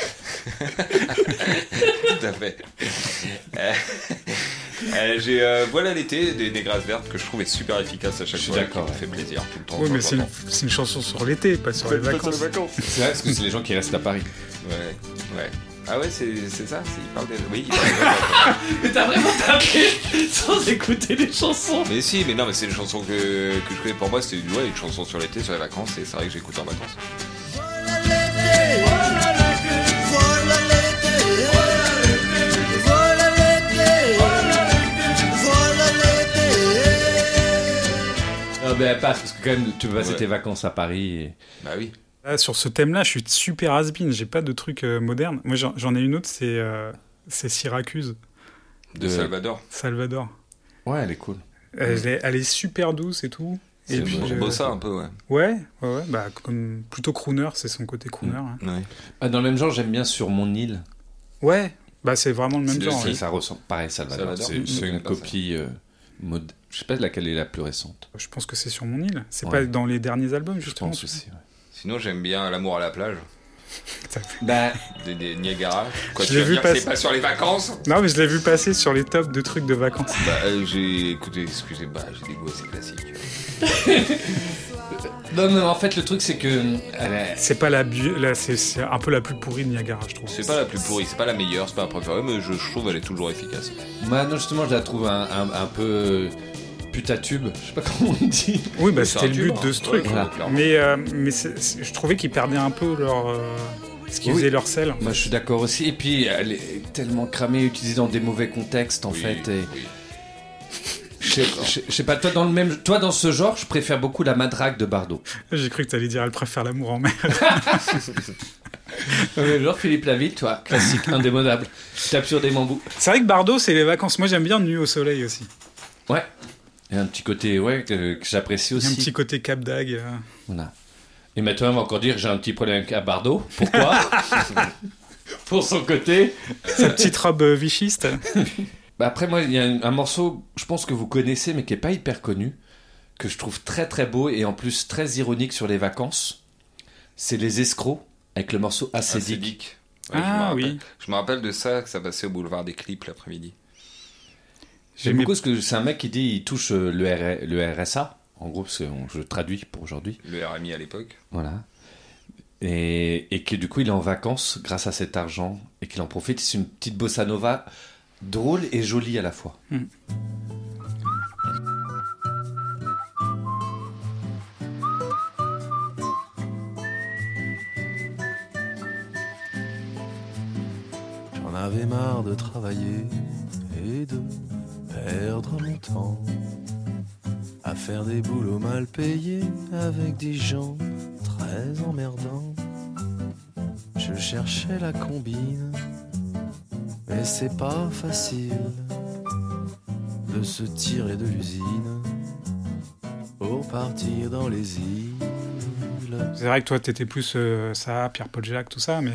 Tout à fait. Euh, euh, j'ai euh, Voilà l'été des, des grâces vertes que je trouve est super efficace à chaque Je suis fois. d'accord, Qui me ouais. fait plaisir tout le temps. Oui, quand mais c'est une, j'entends. c'est une chanson sur l'été, pas sur les Pas- pas vacances. sur les vacances. C'est vrai, parce que c'est les gens qui restent à Paris. Ouais, ouais. Ah ouais, c'est c'est ça, c'est- il parle des. Oui, il parle des vacances. Mais t'as vraiment tapé sans écouter les chansons. Mais si, mais non, mais c'est une chanson que, que je connais. Pour moi, c'est une, ouais, une chanson sur l'été, sur les vacances, et c'est vrai que j'écoute en vacances. Ah ben elle passe, parce que quand même, tu peux passer Ouais. tes vacances à Paris. Et... Bah oui. Là, sur ce thème-là, je suis super has-been. J'ai pas de truc euh, moderne. Moi, j'en, j'en ai une autre, c'est, euh, c'est Syracuse, De, De- Salvador. Salvador. Ouais, elle est cool. Elle, est, elle est super douce et tout. C'est Et puis, beau, euh, beau ça un peu, ouais. Ouais, ouais, ouais, bah, comme plutôt crooner, c'est son côté crooner. hein. Ouais. Ah, dans le même genre, j'aime bien Sur mon île. Ouais, bah, c'est vraiment le même C'est genre. le ouais. Ça ressemble. Pareil, Salvador. Salvador. C'est, Mmh. c'est Je une connais pas ça. copie. Euh, mode... Je sais pas laquelle est la plus récente. Je pense que c'est sur mon île. C'est Ouais. pas dans les derniers albums, Je justement. pense aussi. Ouais. Sinon, j'aime bien L'amour à la plage. Bah, Des, des Niagara. Quoi, Je tu l'ai vas vu dire que passer. c'est pas sur les vacances? Non, mais je l'ai vu passer sur les tops de trucs de vacances. Bah, euh, j'ai écouté, excusez, bah, j'ai des goûts assez classiques. non, non, en fait, le truc, c'est que. Elle est... C'est pas la, bu- la c'est, c'est un peu la plus pourrie de Niagara, je trouve. C'est pas la plus pourrie, c'est pas la meilleure, c'est pas la préférée, mais je, je trouve qu'elle est toujours efficace. Moi, non, justement, je la trouve un, un, un peu. Putatube. Je sais pas comment on dit. Oui, bah, C'est c'était un le tube, but hein. de ce Ouais, truc. voilà, clairement. Mais, euh, mais c'est- c'est- je trouvais qu'ils perdaient un peu leur. euh, ce qui Oui. faisait leur sel. Moi, je suis d'accord aussi. Et puis, elle est tellement cramée, utilisée dans des mauvais contextes, en Oui, fait. Et... oui. Je sais- je je sais pas, toi dans, le même, toi, dans ce genre, je préfère beaucoup la madrague de Bardot. J'ai cru que t'allais dire elle préfère l'amour en mer. Genre Philippe Laville, toi, classique, indémodable. Tu tapes sur des bambous. C'est vrai que Bardot, c'est les vacances. Moi, j'aime bien Nuit au soleil aussi. Ouais. Il y a un petit côté, ouais, que, que j'apprécie Il y a aussi. un petit côté Cap d'Agde. euh. Voilà. Et maintenant, on va encore dire que j'ai un petit problème avec à Bardot. Pourquoi? Pour son côté. Sa petite robe euh, vichiste. Bah après, moi, il y a un, un morceau, je pense que vous connaissez, mais qui est pas hyper connu, que je trouve très très beau et en plus très ironique sur les vacances. C'est Les Escrocs, avec le morceau Acédique. Acédique. Ouais, je me Ah rappelle. oui. Je me rappelle de ça, que ça passait au boulevard des clips l'après-midi. J'aime J'aimais- beaucoup parce que c'est un mec qui dit il touche euh, le, R- le R S A. En gros, c'est- on- je traduis pour aujourd'hui. Le R M I à l'époque. Voilà. Et, et que du coup, il est en vacances grâce à cet argent et qu'il en profite. C'est une petite bossa nova drôle et jolie à la fois. Mm. J'en avais marre de travailler et de perdre mon temps à faire des boulots mal payés avec des gens très emmerdants. Je cherchais la combine, mais c'est pas facile de se tirer de l'usine pour partir dans les îles. C'est vrai que toi, t'étais plus euh, ça, Pierre-Paul Jacques, tout ça, mais...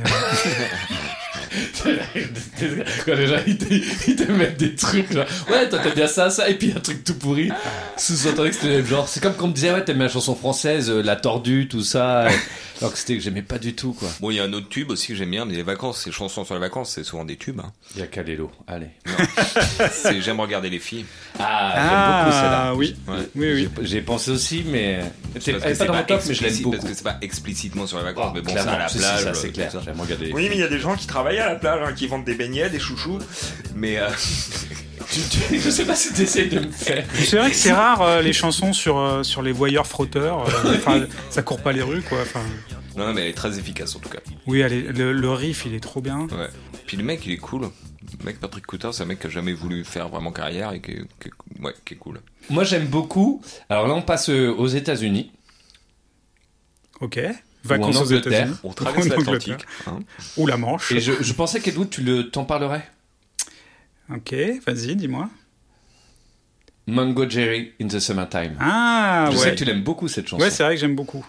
Quand les gens ils te, ils te mettent des trucs genre ouais toi t'aimes bien ça ça et puis un truc tout pourri sous-entendu que c'était le même genre. C'est comme quand on me disait ouais t'aimes bien la chanson française euh, La Tordue tout ça alors que c'était que j'aimais pas du tout quoi. Bon il y a un autre tube aussi que j'aime bien mais les vacances, les chansons sur les vacances c'est souvent des tubes hein. Il y a Calélo allez non. C'est J'aime regarder les filles. Ah, ah j'aime beaucoup celle-là. oui ouais. oui oui j'ai, j'ai pensé aussi mais c'est, parce elle que est pas dans mon top mais je l'aime beaucoup parce que c'est pas explicitement sur les vacances oh, mais bon c'est à la si, plage si, ça c'est clair ça. J'aime regarder les oui filles. mais il y a des gens qui travaillent à la plage hein, qui vendent des beignets des chouchous mais euh... tu, tu, je sais pas si t'essayes de me faire. C'est vrai que c'est rare euh, les chansons sur, euh, sur les voyeurs frotteurs euh, ça court pas les rues quoi enfin... non, non mais elle est très efficace en tout cas oui elle est, le, le riff il est trop bien ouais. Puis le mec il est cool le mec Patrick Coutin c'est un mec qui a jamais voulu faire vraiment carrière et qui est, qui est, ouais, qui est cool. Moi j'aime beaucoup alors là on passe aux États-Unis. Ok. Vacances aux États-Unis. On traverse l'Atlantique. Hein. Ou la Manche. Et je, je pensais qu'Edwood, tu le, t'en parlerais. Ok, vas-y, dis-moi. Mango Jerry in the Summertime. Ah, je ouais. Je sais que tu l'aimes beaucoup cette chanson. Ouais, c'est vrai que j'aime beaucoup.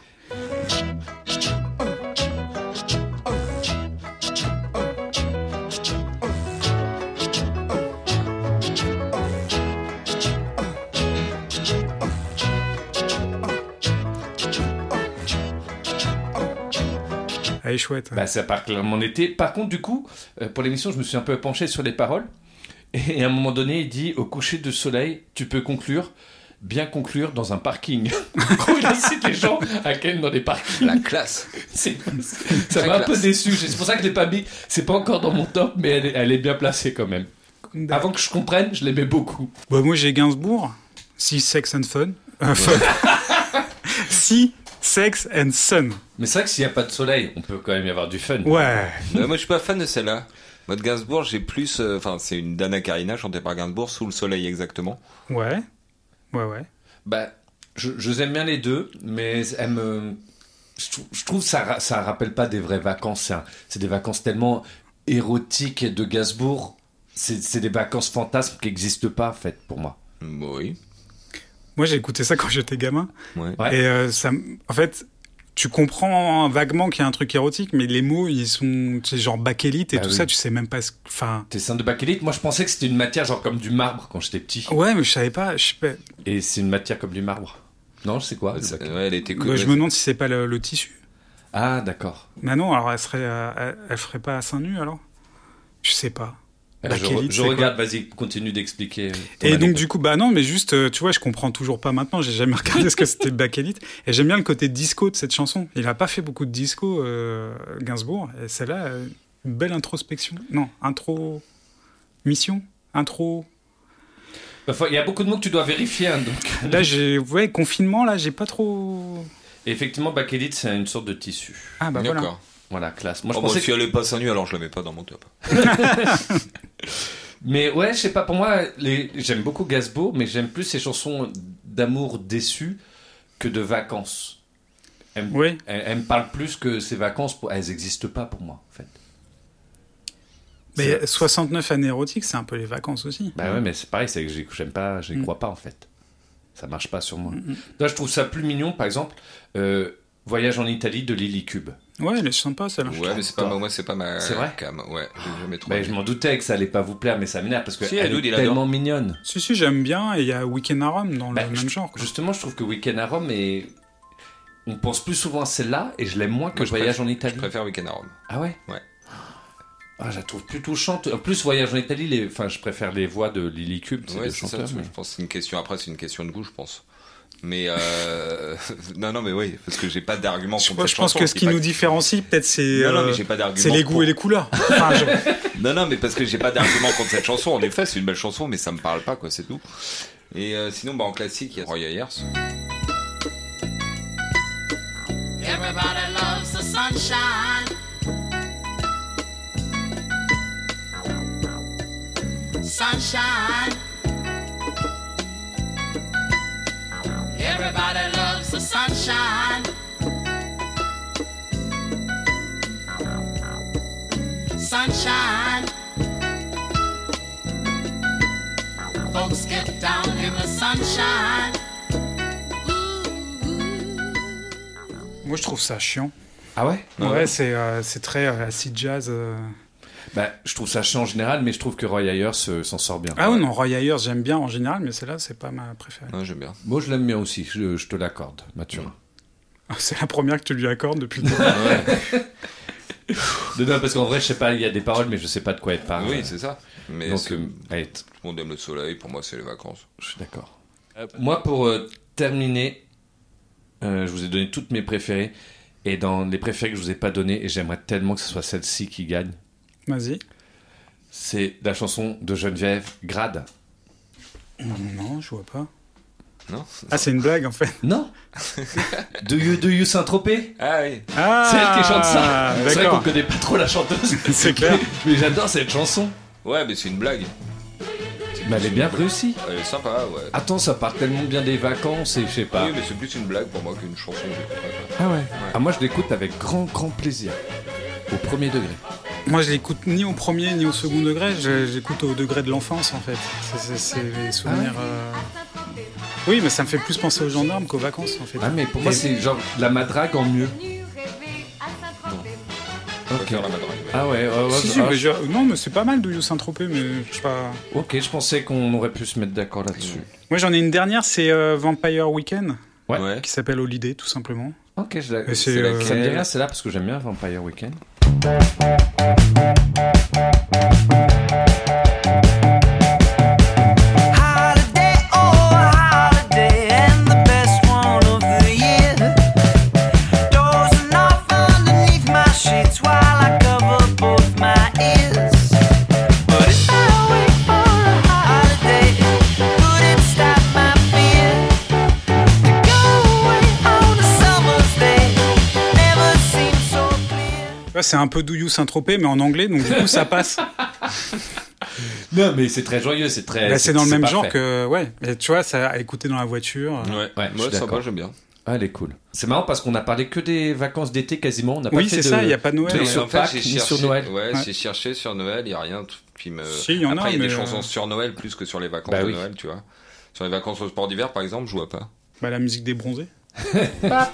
Elle est chouette. Bah, ça part clairement en été. Par contre, du coup, euh, pour l'émission, je me suis un peu penché sur les paroles. Et à un moment donné, il dit « Au coucher de soleil, tu peux conclure, bien conclure dans un parking. » En gros, il incite les gens à ken dans des parkings. La classe. C'est, ça m'a un peu déçu. C'est pour ça que je l'ai pas mis. C'est pas encore dans mon top, mais elle est, elle est bien placée quand même. D'accord. Avant que je comprenne, je l'aimais beaucoup. Bah, moi, j'ai Gainsbourg. Si Sex and Fun. Euh, fun. Si Sex and Sun. Mais c'est vrai que s'il n'y a pas de soleil, on peut quand même y avoir du fun. Ouais. Euh, moi, je suis pas fan de celle-là. Moi, de Gainsbourg, j'ai plus... Enfin, euh, c'est une Dana Karina chantée par Gainsbourg, Sous le soleil exactement. Ouais. Ouais, ouais. Bah, je, je aime bien les deux, mais elle me... Je, trou- je trouve que ça, ça rappelle pas des vraies vacances. C'est, un, c'est des vacances tellement érotiques de Gainsbourg. C'est, c'est des vacances fantasmes qui n'existent pas, en fait, pour moi. Oui. Moi, j'ai écouté ça quand j'étais gamin. Ouais. Et euh, ça, en fait, tu comprends vaguement qu'il y a un truc érotique, mais les mots, ils sont, tu sais, genre bakélite et bah tout oui. ça, tu sais même pas. Enfin. T'es saint de bakélite. Moi, je pensais que c'était une matière genre comme du marbre quand j'étais petit. Ouais, mais je savais pas. Je sais pas. Et c'est une matière comme du marbre. Non, je sais quoi. C'est, ouais, elle était. Bah, je me demande si c'est pas le, le tissu. Ah, d'accord. Mais non, alors elle serait, euh, elle, elle ferait pas à seins nus alors. Je sais pas. Euh, je, re- je regarde, quoi. Vas-y, continue d'expliquer. Et anecdote. Donc du coup, bah non, mais juste, euh, tu vois, je comprends toujours pas maintenant. J'ai jamais regardé ce que c'était bakélite. Et j'aime bien le côté disco de cette chanson. Il a pas fait beaucoup de disco, euh, Gainsbourg. Et celle-là, euh, une belle introspection. Non, intro, mission, intro. Il y a beaucoup de mots que tu dois vérifier. Hein, donc. Là, j'ai, ouais, confinement. Là, j'ai pas trop. Et effectivement, bakélite, c'est une sorte de tissu. Ah bah voilà. D'accord. Voilà, classe. Moi, Moi, je oh, pensais bah, si elle est pas seins nus, alors je la mets pas dans mon top. Mais ouais, je sais pas, pour moi, les... j'aime beaucoup Gainsbourg, mais j'aime plus ses chansons d'amour déçu que de vacances. Elle, m- oui. elle, elle me parle plus que ses vacances, pour... elles n'existent pas pour moi, en fait. Mais c'est... soixante-neuf années érotiques, c'est un peu les vacances aussi. Bah ouais, mais c'est pareil, c'est que j'aime pas, je n'y Mm. crois pas, en fait. Ça marche pas sur moi. Mm. Là, je trouve ça plus mignon, par exemple, euh, Voyage en Italie de Lily Cube. Ouais, elle est sympa, celle-là. Ouais, mais c'est pas, moi, c'est pas ma C'est vrai cam. Ouais, j'ai jamais trop. Bah, je m'en doutais que ça allait pas vous plaire, mais ça m'énerve parce que Si, elle Edoud, est il tellement adore. mignonne. Si, si, j'aime bien. Et il y a Weekend à Rome dans Bah, le je- même genre. Quoi. Justement, je trouve que Weekend à Rome est... On pense plus souvent à celle-là et je l'aime moins que Moi, je Voyage préfère- en Italie. Je préfère Weekend à Rome. Ah ouais Ouais. Ah, je la trouve plus touchante. En plus, Voyage en Italie, les... enfin, je préfère les voix de Lily Cube, c'est Ouais, des c'est ça. chanteurs. Je mais- pense que c'est une question. Après, c'est une question de goût, je pense. Mais euh... non, non, mais oui, parce que j'ai pas d'argument Je, contre cette je pense chanson, que ce c'est qui pas- nous différencie, peut-être, c'est, Non, non, euh, mais j'ai pas d'argument c'est les goûts pour- et les couleurs. Enfin, je- Non, non, mais parce que j'ai pas d'argument contre cette chanson. En effet, c'est une belle chanson, mais ça me parle pas, quoi, c'est tout. Et euh, sinon, bah, en classique, il y a Roy Ayers. Everybody loves the sunshine. Sunshine. Everybody loves the sunshine. Sunshine. Folks get down in the sunshine. Moi, je trouve ça chiant. Ah ouais? Ouais, Ouais. c'est euh, c'est très euh, acid jazz. euh. Bah, je trouve ça chiant en général, mais je trouve que Roy Ayers euh, s'en sort bien. Ah oui, non, Roy Ayers, j'aime bien en général, mais celle-là, c'est pas ma préférée. Ouais, j'aime bien. Moi, je l'aime bien aussi, je, je te l'accorde, Mathurin. C'est la première que tu lui accordes depuis le début. Non, non, parce qu'en vrai, je sais pas, il y a des paroles, mais je sais pas de quoi elle parle. Oui, c'est ça. Mais Donc, c'est- euh, allez, tout le monde aime le soleil, pour moi, c'est les vacances. Je suis d'accord. Euh, moi, pour euh, terminer, euh, je vous ai donné toutes mes préférées. Et dans les préférées que je vous ai pas données, et j'aimerais tellement que ce soit celle-ci qui gagne, Vas-y. c'est la chanson de Geneviève Grade. Non, je vois pas. Non. Ah, c'est une blague en fait. Non. Do you, do you Saint-Tropez? Ah oui. Ah, C'est elle qui chante ça. C'est vrai d'accord. qu'on connaît pas trop la chanteuse. C'est clair. Mais j'adore cette chanson. Ouais, mais c'est une blague. Mais elle est bien réussie. Elle est sympa, ouais. Attends, ça part tellement bien des vacances et je sais pas. Oui, mais c'est plus une blague pour moi qu'une chanson que j'écouterais. Ah ouais. Ah, moi, je l'écoute avec grand, grand plaisir. Au premier degré. Moi, je l'écoute ni au premier ni au second degré. Je- J'écoute au degré de l'enfance en fait. C'est- C'est c'est les souvenirs. euh, Oui, mais ça me fait plus penser aux gendarmes qu'aux vacances en fait. Ah, mais pour moi, Et- c'est genre la madrague en mieux. Ok. La madrague. Ah ouais, ouais, ouais. Si, si, ah, mais je- je- Non, mais c'est pas mal de You Saint-Tropez, mais je sais pas. Ok, je pensais qu'on aurait pu se mettre d'accord là-dessus. Moi, j'en ai une dernière, c'est euh, Vampire Weekend, Ouais. qui s'appelle Holiday, tout simplement. Ok, je la... Et c'est, c'est euh, Ça me dit rien, c'est là parce que j'aime bien Vampire Weekend. Holiday, oh, holiday, and the best one of the year. Dozing off underneath my sheets while I cover both my ears. But if I wait for a holiday, could it stop my fear to go away on a summer's day? Never seemed so clear. Ouais, c'est un peu Do You Saint-Tropez, mais en anglais, donc du coup, ça passe. Non, mais c'est très joyeux, c'est très. Bah, c'est dans le même genre parfait. que. Ouais, mais tu vois, ça à écouter dans la voiture. Ouais, Ouais, je moi, suis sympa, d'accord. j'aime bien. Ah, elle est cool. C'est marrant parce qu'on a parlé que des vacances d'été quasiment. On n'a Oui, pas fait c'est de... ça, il y a pas de Noël. de Ouais. sur En fait, Pâques, j'ai ni cherché, sur Noël. Ouais, Ouais. j'ai cherché sur Noël, il n'y a rien qui me. Si, il y en a, Après, il y a des mais, chansons euh, sur Noël plus que sur les vacances Bah de oui. Noël, tu vois. Sur les vacances au sport d'hiver, par exemple, je vois pas. Bah, la musique des bronzés. Ouais.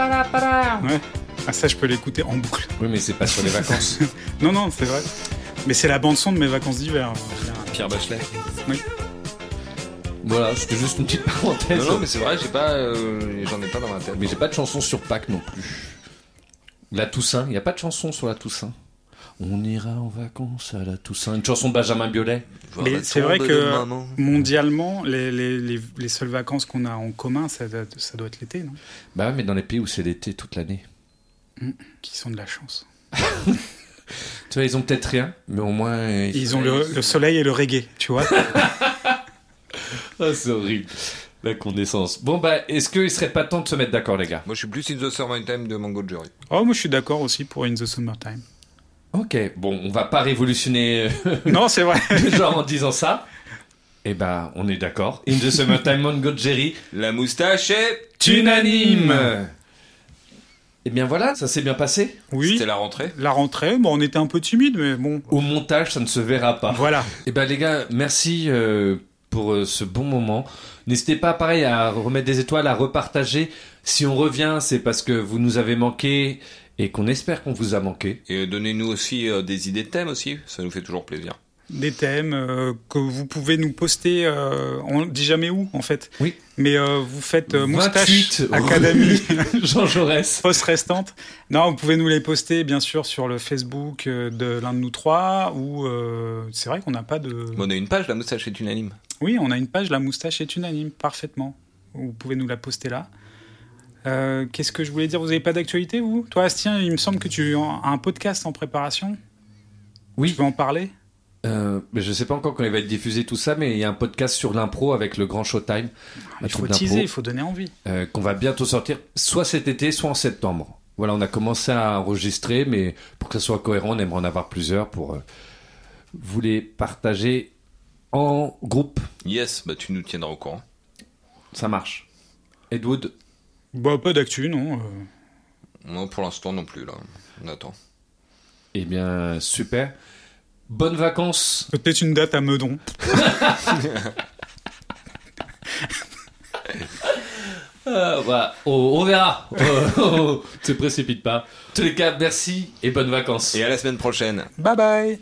Ah, ça, je peux l'écouter en boucle. Oui, mais c'est pas sur les vacances. Non, non, c'est vrai. Mais c'est la bande-son de mes vacances d'hiver. en général. Pierre Bachelet. Oui. Voilà, c'était juste une petite parenthèse. Non, non, mais c'est vrai, j'ai pas, euh, j'en ai pas dans ma tête. Mais j'ai pas de chanson sur Pâques non plus. La Toussaint, il n'y a pas de chanson sur la Toussaint. On ira en vacances à la Toussaint. Une chanson de Benjamin Biolay. Mais c'est vrai que mondialement, les, les, les, les seules vacances qu'on a en commun, ça, doit- ça doit être l'été, non? Bah, mais dans les pays où c'est l'été toute l'année. Mmh. Qui sont de la chance. Tu vois, ils ont peut-être rien, mais au moins. euh, Ils ont le, le soleil et le reggae, tu vois. Ah, c'est horrible. La condescence. Bon, bah, est-ce qu'il serait pas temps de se mettre d'accord, les gars? Moi, je suis plus In the Summertime de Mango Jerry. Oh, moi je suis d'accord aussi pour In the Summertime. Ok, bon, on va pas révolutionner euh, Non, c'est vrai. le genre en disant ça. Eh ben, on est d'accord. In the Summertime, Mango Jerry. La moustache est unanime. Eh bien voilà, ça s'est bien passé. Oui. C'était la rentrée. La rentrée, bon, on était un peu timide, mais bon. Au montage, ça ne se verra pas. Voilà. Eh ben les gars, merci euh, pour euh, ce bon moment. N'hésitez pas, pareil, à remettre des étoiles, à repartager. Si on revient, c'est parce que vous nous avez manqué et qu'on espère qu'on vous a manqué. Et donnez-nous aussi euh, des idées de thèmes aussi, ça nous fait toujours plaisir. Des thèmes euh, que vous pouvez nous poster, euh, on dit jamais où en fait. Oui. Mais euh, vous faites euh, Moustache vingt-huit Académie, Jean Jaurès. post restante. Non, vous pouvez nous les poster bien sûr sur le Facebook euh, de l'un de nous trois ou euh, c'est vrai qu'on n'a pas de. Bon, on a une page, La moustache est unanime. Oui, on a une page, La moustache est unanime, parfaitement. Vous pouvez nous la poster là. Euh, Qu'est-ce que je voulais dire? Vous n'avez pas d'actualité, vous? Toi, Astien, il me semble que tu as un podcast en préparation. Oui. Tu veux en parler? Euh, mais je sais pas encore quand il va être diffusé tout ça, mais il y a un podcast sur l'impro avec le grand Showtime. Il faut teaser, il faut donner envie. Euh, qu'on va bientôt sortir, soit cet été, soit en septembre. Voilà, on a commencé à enregistrer, mais pour que ça soit cohérent, on aimerait en avoir plusieurs pour euh, vous les partager en groupe. Yes, bah tu nous tiendras au courant. Ça marche. Ed Wood. Bah, pas d'actu, non. euh. Non, pour l'instant non plus, là. On attend. Eh bien, super. Bonnes vacances. Peut-être une date à Meudon. Euh, voilà. Oh, on verra. Oh, ne se précipite pas. En tous les cas, merci et bonnes vacances. Et à la semaine prochaine. Bye bye.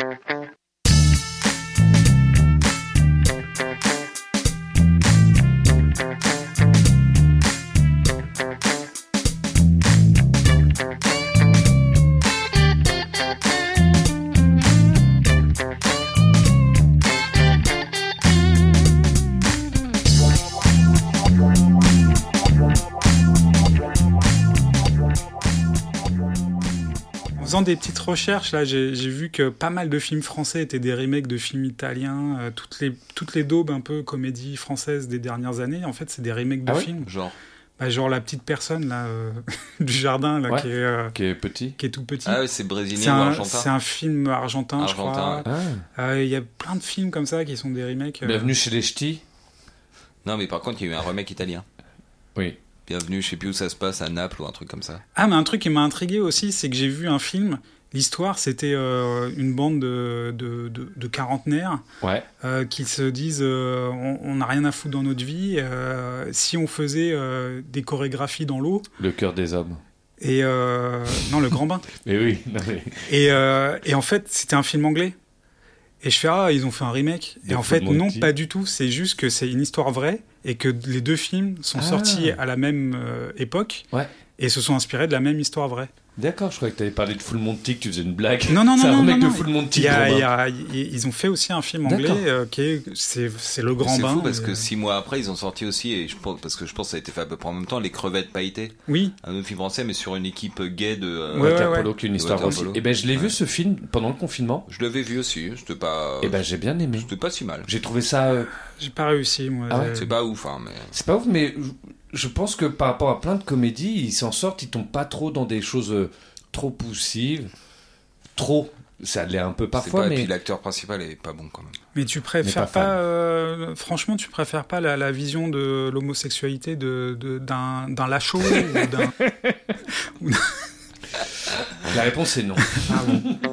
En faisant des petites recherches, là, j'ai, j'ai vu que pas mal de films français étaient des remakes de films italiens. Euh, toutes les toutes les daubes un peu comédies françaises des dernières années, en fait, c'est des remakes de Ah ouais films. Genre. Bah, genre la petite personne là euh, du jardin là Ouais. qui est euh, Qui est petit. qui est tout petit. Ah ouais, c'est brésilien C'est ou un, argentin. c'est un film argentin, Argentin, je crois. ouais. Ah. Euh, Il y a plein de films comme ça qui sont des remakes. euh. Bienvenue chez les Ch'tis. Non, mais par contre, il y a eu un remake italien. Oui. Bienvenue, je sais plus où ça se passe, à Naples ou un truc comme ça. Ah, mais un truc qui m'a intrigué aussi, c'est que j'ai vu un film. L'histoire, c'était euh, une bande de, de, de, de quarantenaires Ouais. euh, qui se disent euh, on n'a rien à foutre dans notre vie. Euh, si on faisait euh, des chorégraphies dans l'eau. Le cœur des hommes. Et euh, non, le grand bain. Mais oui. Non, mais... Et, euh, et en fait, c'était un film anglais. Et je fais ah, ils ont fait un remake. De Et en fait, Full non, Monty. pas du tout. C'est juste que c'est une histoire vraie et que les deux films sont Ah. sortis à la même euh, époque Ouais. et se sont inspirés de la même histoire vraie. D'accord, je croyais que tu avais parlé de Full Monty, que tu faisais une blague. Non, non, non, C'est un non, remake non, de non. Full Monty. Il y a- Grand il y Bain. a- il- ils ont fait aussi un film anglais D'accord. euh, qui est c'est, c'est le grand C'est bain. fou parce et, que euh, six mois après, ils ont sorti aussi, et je pense, parce que je pense que ça a été fait à peu près en même temps, Les Crevettes Pailletées. Oui. Un autre film français, mais sur une équipe gay de euh, Ouais, Water ouais, Polo, ouais. qui est une De histoire Water aussi. Polo. Et ben, je l'ai Ouais. vu ce film pendant le confinement. Je l'avais vu aussi, c'était pas. Et ben, j'ai bien aimé. C'était pas si mal. J'ai trouvé ça. euh, J'ai pas réussi moi. Ah ouais, J'ai- C'est pas ouf, hein, mais. C'est pas ouf, mais je- je pense que par rapport à plein de comédies, ils s'en sortent, ils tombent pas trop dans des choses euh, trop poussives. Trop. Ça l'est un peu C'est parfois, pas- mais. Et puis l'acteur principal est pas bon quand même. Mais tu préfères Mais pas, pas fan. euh, franchement, tu préfères pas la, la vision de l'homosexualité de, de- d'un, d'un lachaud ou d'un... La réponse est non. Ah bon.